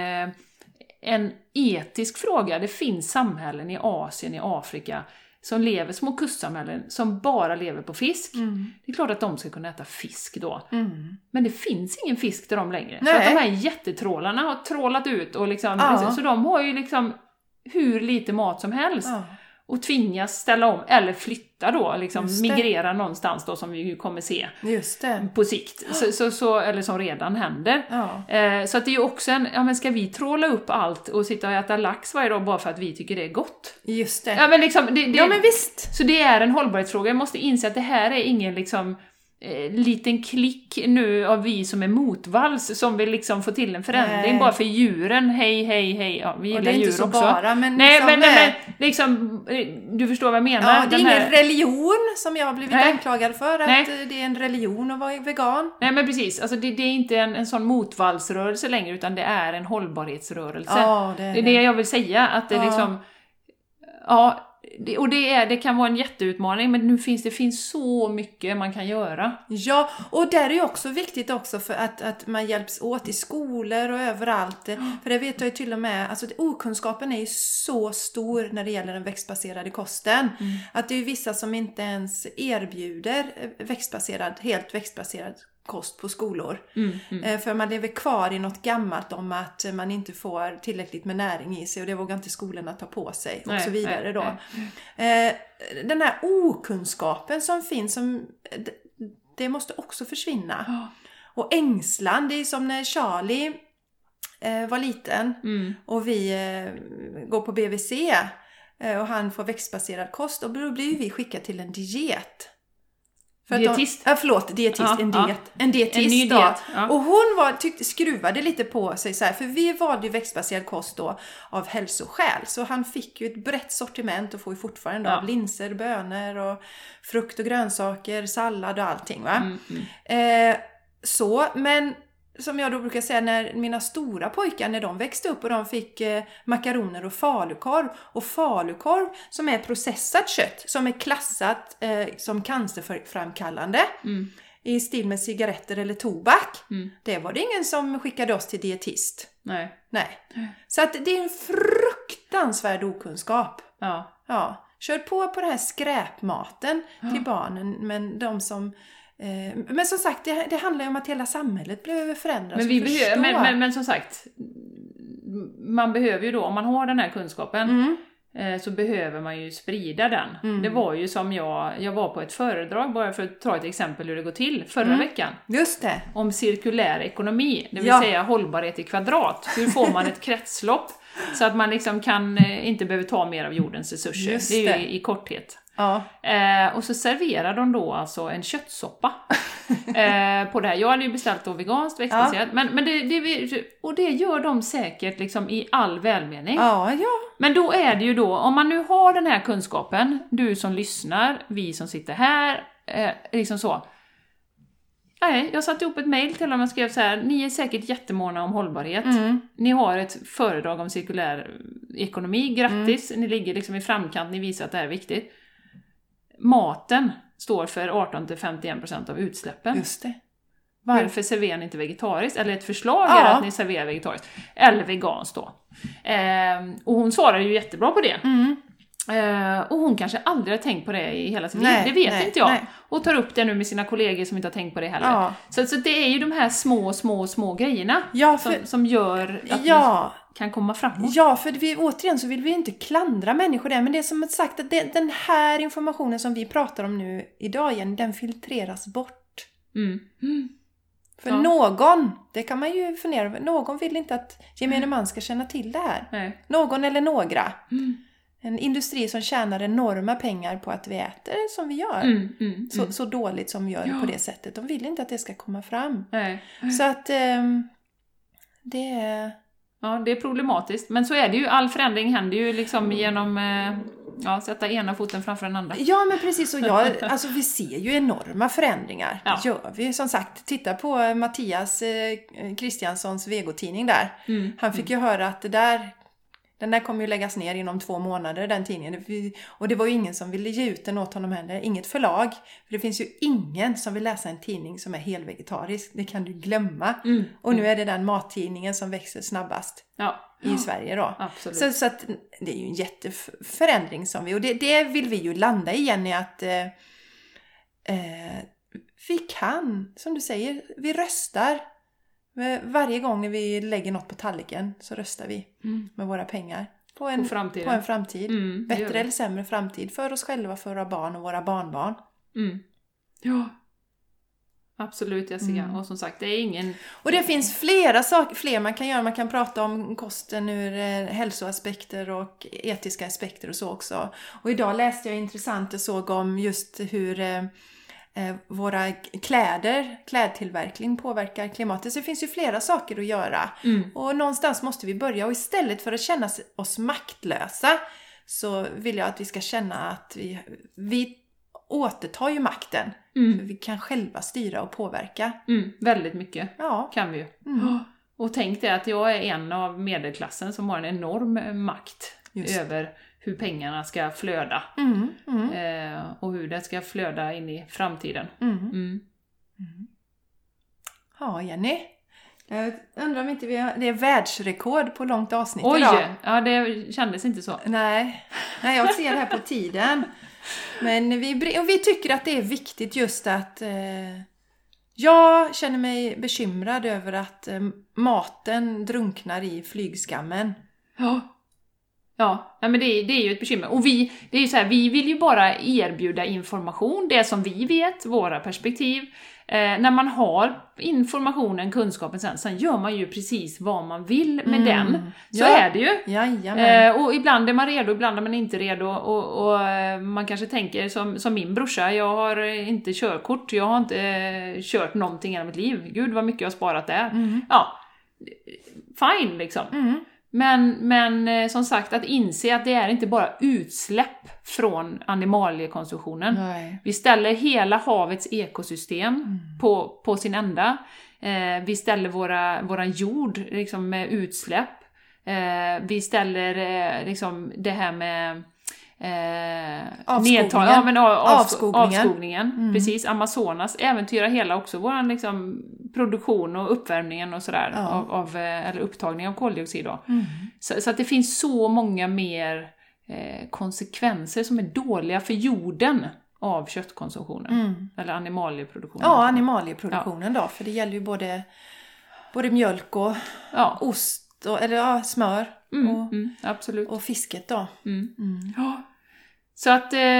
en etisk fråga. Det finns samhällen i Asien, i Afrika som lever, små kustsamhällen som bara lever på fisk. Mm. Det är klart att de ska kunna äta fisk då. Mm. Men det finns ingen fisk till dem längre. Nej. Så att de här jättetrålarna har trålat ut och liksom, ja. så de har ju liksom hur lite mat som helst. Ja. Och tvingas ställa om, eller flytta då, liksom migrera någonstans då som vi ju kommer se Just det. På sikt, så, så, så, eller som redan händer. Ja. Eh, så att det är ju också en, ja men ska vi tråla upp allt och sitta och äta lax varje dag bara för att vi tycker det är gott? Just det. Ja men liksom, det, det, ja men visst. Så det är en hållbarhetsfråga, jag måste inse att det här är ingen liksom Eh, liten klick nu av vi som är motvalls som vill liksom få till en förändring. Nej. Bara för djuren, hej hej hej, ja, vi gillar djur också. Bara, men nej, liksom, men, nej, men liksom, du förstår vad jag menar. Ja, det är Den ingen här... religion som jag har blivit nej. anklagad för, att nej. Det är en religion att vara vegan. Nej men precis, alltså det, det är inte en, en sån motvallsrörelse längre utan det är en hållbarhetsrörelse. Ja, det, är det är det jag vill säga, att det ja. liksom, ja, det, och det, är, det kan vara en jätteutmaning, men nu finns det finns så mycket man kan göra. Ja, och där är det också viktigt också för att, att man hjälps åt i skolor och överallt. Mm. För det vet jag ju till och med, alltså okunskapen är ju så stor när det gäller den växtbaserade kosten. Mm. Att det är ju vissa som inte ens erbjuder växtbaserad, helt växtbaserad kost på skolor. Mm, mm. För man lever kvar i något gammalt om att man inte får tillräckligt med näring i sig och det vågar inte skolorna ta på sig och nej, så vidare nej, då. Nej. Den här okunskapen som finns, som, det måste också försvinna. Oh. Och ängslan, det är som när Charlie var liten mm. och vi går på B V C och han får växtbaserad kost och då blir vi skickade till en diet. För dietist? De, ja, förlåt, dietist, ja, en, diet, ja. en dietist. En ny diet, ja. Och hon var, tyckte, skruvade lite på sig så här, för vi valde ju växtbaserad kost då av hälsoskäl. Så han fick ju ett brett sortiment och får ju fortfarande ja. av linser, bönor och frukt och grönsaker, sallad och allting va. Mm, mm. Eh, så, men som jag då brukar säga, när mina stora pojkar, när de växte upp och de fick eh, makaroner och falukorv. Och falukorv som är processat kött, som är klassat eh, som cancerframkallande. Mm. I stil med cigaretter eller tobak. Mm. Det var det ingen som skickade oss till dietist. Nej. Nej. Så att det är en fruktansvärd okunskap. Ja. Ja. Kör på på den här skräpmaten ja. till barnen. Men de som... Eh, men som sagt, det, det handlar ju om att hela samhället behöver förändras. Men, vi behöver, men, men, men som sagt, man behöver ju då, om man har den här kunskapen... Mm. så behöver man ju sprida den. Mm. Det var ju som jag, jag var på ett föredrag, bara för att ta ett exempel hur det går till, förra mm. veckan. Just det. Om cirkulär ekonomi, det vill ja. säga hållbarhet i kvadrat. Hur får man ett kretslopp så att man liksom kan, inte behöver ta mer av jordens resurser. Just det är ju det. I, i korthet. Ja. Eh, och så serverar de då alltså en köttsoppa eh, på det här. Jag hade ju beställt då veganskt, växtbaserat. Ja. Men, men det, det, och det gör de säkert liksom i all välmening. Ja, ja. Men då är det ju då, om man nu har den här kunskapen, du som lyssnar, vi som sitter här, eh, liksom så. Nej, jag satte upp ett mejl till dem och skrev så här: ni är säkert jättemåna om hållbarhet. Mm. Ni har ett föredrag om cirkulär ekonomi, grattis. Mm. Ni ligger liksom i framkant, ni visar att det här är viktigt. Maten står för arton till femtioen procent av utsläppen. Just det. Varför serverar ni inte vegetariskt? Eller ett förslag är ja. att ni serverar vegetariskt. Eller veganskt då. Eh, och hon svarar ju jättebra på det. Mm. Eh, och hon kanske aldrig har tänkt på det i hela sitt liv. Det vet nej, inte jag. Nej. Och tar upp det nu med sina kollegor som inte har tänkt på det heller. Ja. Så, så det är ju de här små, små, små grejerna ja, för, som, som gör att ja. vi kan komma framåt. Ja, för vi, återigen så vill vi inte klandra människor där. Men det är som sagt att det, den här informationen som vi pratar om nu idag igen, den filtreras bort. Mm. Mm. För ja. någon, det kan man ju fundera över, någon vill inte att gemene man ska känna till det här. Nej. Någon eller några. Mm. En industri som tjänar enorma pengar på att vi äter som vi gör. Mm, mm, så, mm. så dåligt som vi gör ja. på det sättet. De vill inte att det ska komma fram. Nej. Så att um, det är... Ja, det är problematiskt. Men så är det ju. All förändring händer ju liksom genom eh, ja, sätta ena foten framför den andra. Ja, men precis. Och jag, alltså, vi ser ju enorma förändringar. Ja. Det gör vi. Som sagt, titta på Mattias eh, Kristianssons vegotidning där. Mm. Han fick ju höra att det där... Den där kommer ju läggas ner inom två månader, den tidningen. Och det var ju ingen som ville ge ut den åt honom heller. Inget förlag. För det finns ju ingen som vill läsa en tidning som är helvegetarisk. Det kan du glömma. Mm. Och nu är det den mattidningen som växer snabbast ja. i ja. Sverige då. Absolut. Så, så att det är ju en jätteförändring som vi... Och det, det vill vi ju landa igen i att... Eh, eh, vi kan, som du säger, vi röstar... Varje gång vi lägger något på tallriken så röstar vi mm. med våra pengar på en, på på en framtid. Mm, Bättre eller sämre framtid för oss själva, för våra barn och våra barnbarn. Mm. Ja, absolut Jessica. Mm. Och som sagt, det är ingen... Och det finns flera saker, fler man kan göra. Man kan prata om kosten ur eh, hälsoaspekter och etiska aspekter och så också. Och idag läste jag intressant och såg om just hur... Eh, våra kläder, klädtillverkning påverkar klimatet. Så det finns ju flera saker att göra. Mm. Och någonstans måste vi börja. Och istället för att känna oss maktlösa så vill jag att vi ska känna att vi, vi återtar ju makten. Mm. För vi kan själva styra och påverka. Mm, väldigt mycket ja. kan vi ju. Mm. Och tänk dig att jag är en av medelklassen som har en enorm makt Just. över hur pengarna ska flöda. Mm, mm. Eh, och hur det ska flöda in i framtiden. Mm. Mm. Mm. Ja, Jenny. Jag undrar om inte vi har, det är världsrekord på långt avsnitt Oj, idag. Ja, det kändes inte så. Nej, Nej jag ser det här på tiden. Men vi, och vi tycker att det är viktigt just att... Eh, jag känner mig bekymrad över att eh, maten drunknar i flygskammen. Ja. Ja, men det är, det är ju ett bekymmer. Och vi, det är ju så här, vi vill ju bara erbjuda information, det som vi vet, våra perspektiv. Eh, när man har informationen, kunskapen sen, sen gör man ju precis vad man vill med mm. den. Så ja. är det ju. Eh, och ibland är man redo, ibland är man inte redo. Och, och man kanske tänker som, som min brorsa, jag har inte körkort, jag har inte eh, kört någonting i mitt liv. Gud vad mycket jag har sparat där. Mm. Ja, fine liksom. Mm. Men, men som sagt, att inse att det är inte bara utsläpp från animaliekonsumtionen. Nej. Vi ställer hela havets ekosystem mm. på, på sin ända. Eh, vi ställer våra, våran jord liksom, med utsläpp. Eh, vi ställer eh, liksom, det här med Eh, avskogningen. Nedtag, ja, men av, av, avskogningen. avskogningen. Mm. Precis, Amazonas äventyrar hela också vår liksom, produktion och uppvärmningen och sådär, ja. av, av, eller upptagning av koldioxid då. Mm. Så, så att det finns så många mer eh, konsekvenser som är dåliga för jorden av köttkonsumtionen. Mm. Eller animalieproduktionen. Ja, animalieproduktionen ja. Då, för det gäller ju både, både mjölk och ja. ost och, eller ja, smör mm, och, mm, absolut. och fisket då. Mm. Mm. Ja. Så att, eh,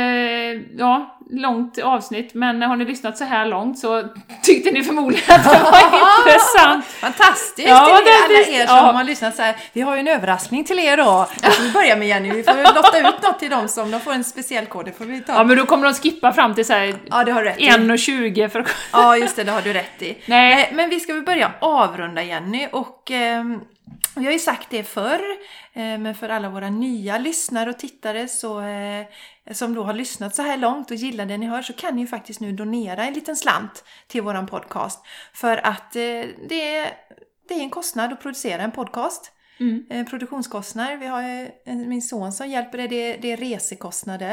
ja, långt avsnitt, men har ni lyssnat så här långt så tyckte ni förmodligen att det var intressant. Fantastiskt! Ja, till alla er som ja. har lyssnat så här. Vi har ju en överraskning till er då. Så vi börjar med Jenny, vi får lotta ut något till dem som de får en speciell kod, det får vi ta. Ja, men då kommer de skippa fram till så här ja, det har rätt en och tjugo för att... Ja, just det, det har du rätt i. Nej. Men vi ska väl börja avrunda, Jenny, och... Eh, Vi har ju sagt det förr, men för alla våra nya lyssnare och tittare så, som då har lyssnat så här långt och gillar det ni hör, så kan ni ju faktiskt nu donera en liten slant till våran podcast. För att det är, det är en kostnad att producera en podcast. Mm. En produktionskostnad. Vi har min son som hjälper det, det, det är resekostnader.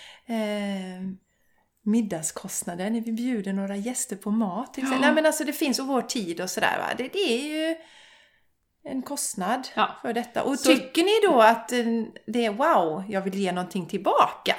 Eh, middagskostnader när vi bjuder några gäster på mat. Ja. Nej, men alltså det finns och vår tid och sådär. Va? Det, det är ju... en kostnad ja. för detta. Och så, tycker ni då att det är wow, jag vill ge någonting tillbaka,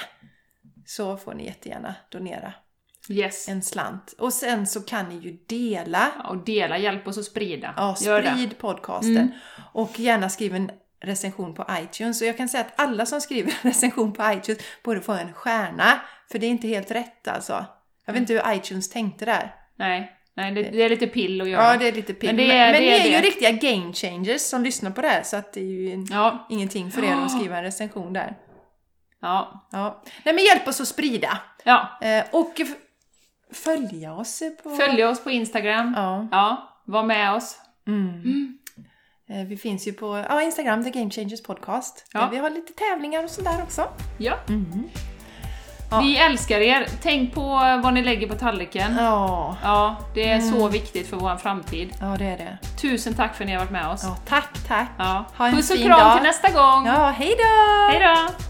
så får ni jättegärna donera yes. en slant. Och sen så kan ni ju dela. Ja, och dela, hjälp oss att sprida. Ja, sprid podcasten. Mm. Och gärna skriv en recension på iTunes. Och jag kan säga att alla som skriver en recension på iTunes borde få en stjärna. För det är inte helt rätt alltså. Jag vet inte hur iTunes tänkte där. Nej. Nej, det, det är lite pill att göra. Ja, det är lite pill. Men, det är, men, men det är, är ju det. Riktiga game changers som lyssnar på det här. Så att det är ju en, ja. ingenting för er att skriva en recension där. Ja. ja. Nej, men hjälp oss att sprida. Ja. Eh, och f- följa oss på... Följa oss på Instagram. Ja. Ja, var med oss. Mm. Mm. Eh, vi finns ju på ja, Instagram, The Game Changers Podcast. Ja. Vi har lite tävlingar och sådär också. Ja. Mm. Ja. Vi älskar er. Tänk på vad ni lägger på tallriken. Ja. Ja, det är mm. så viktigt för vår framtid. Ja, det är det. Tusen tack för att ni har varit med oss. Ja, tack, tack. Ja. Ha en Puss och fin kram dag. till nästa gång. Ja, hej då! Hej då!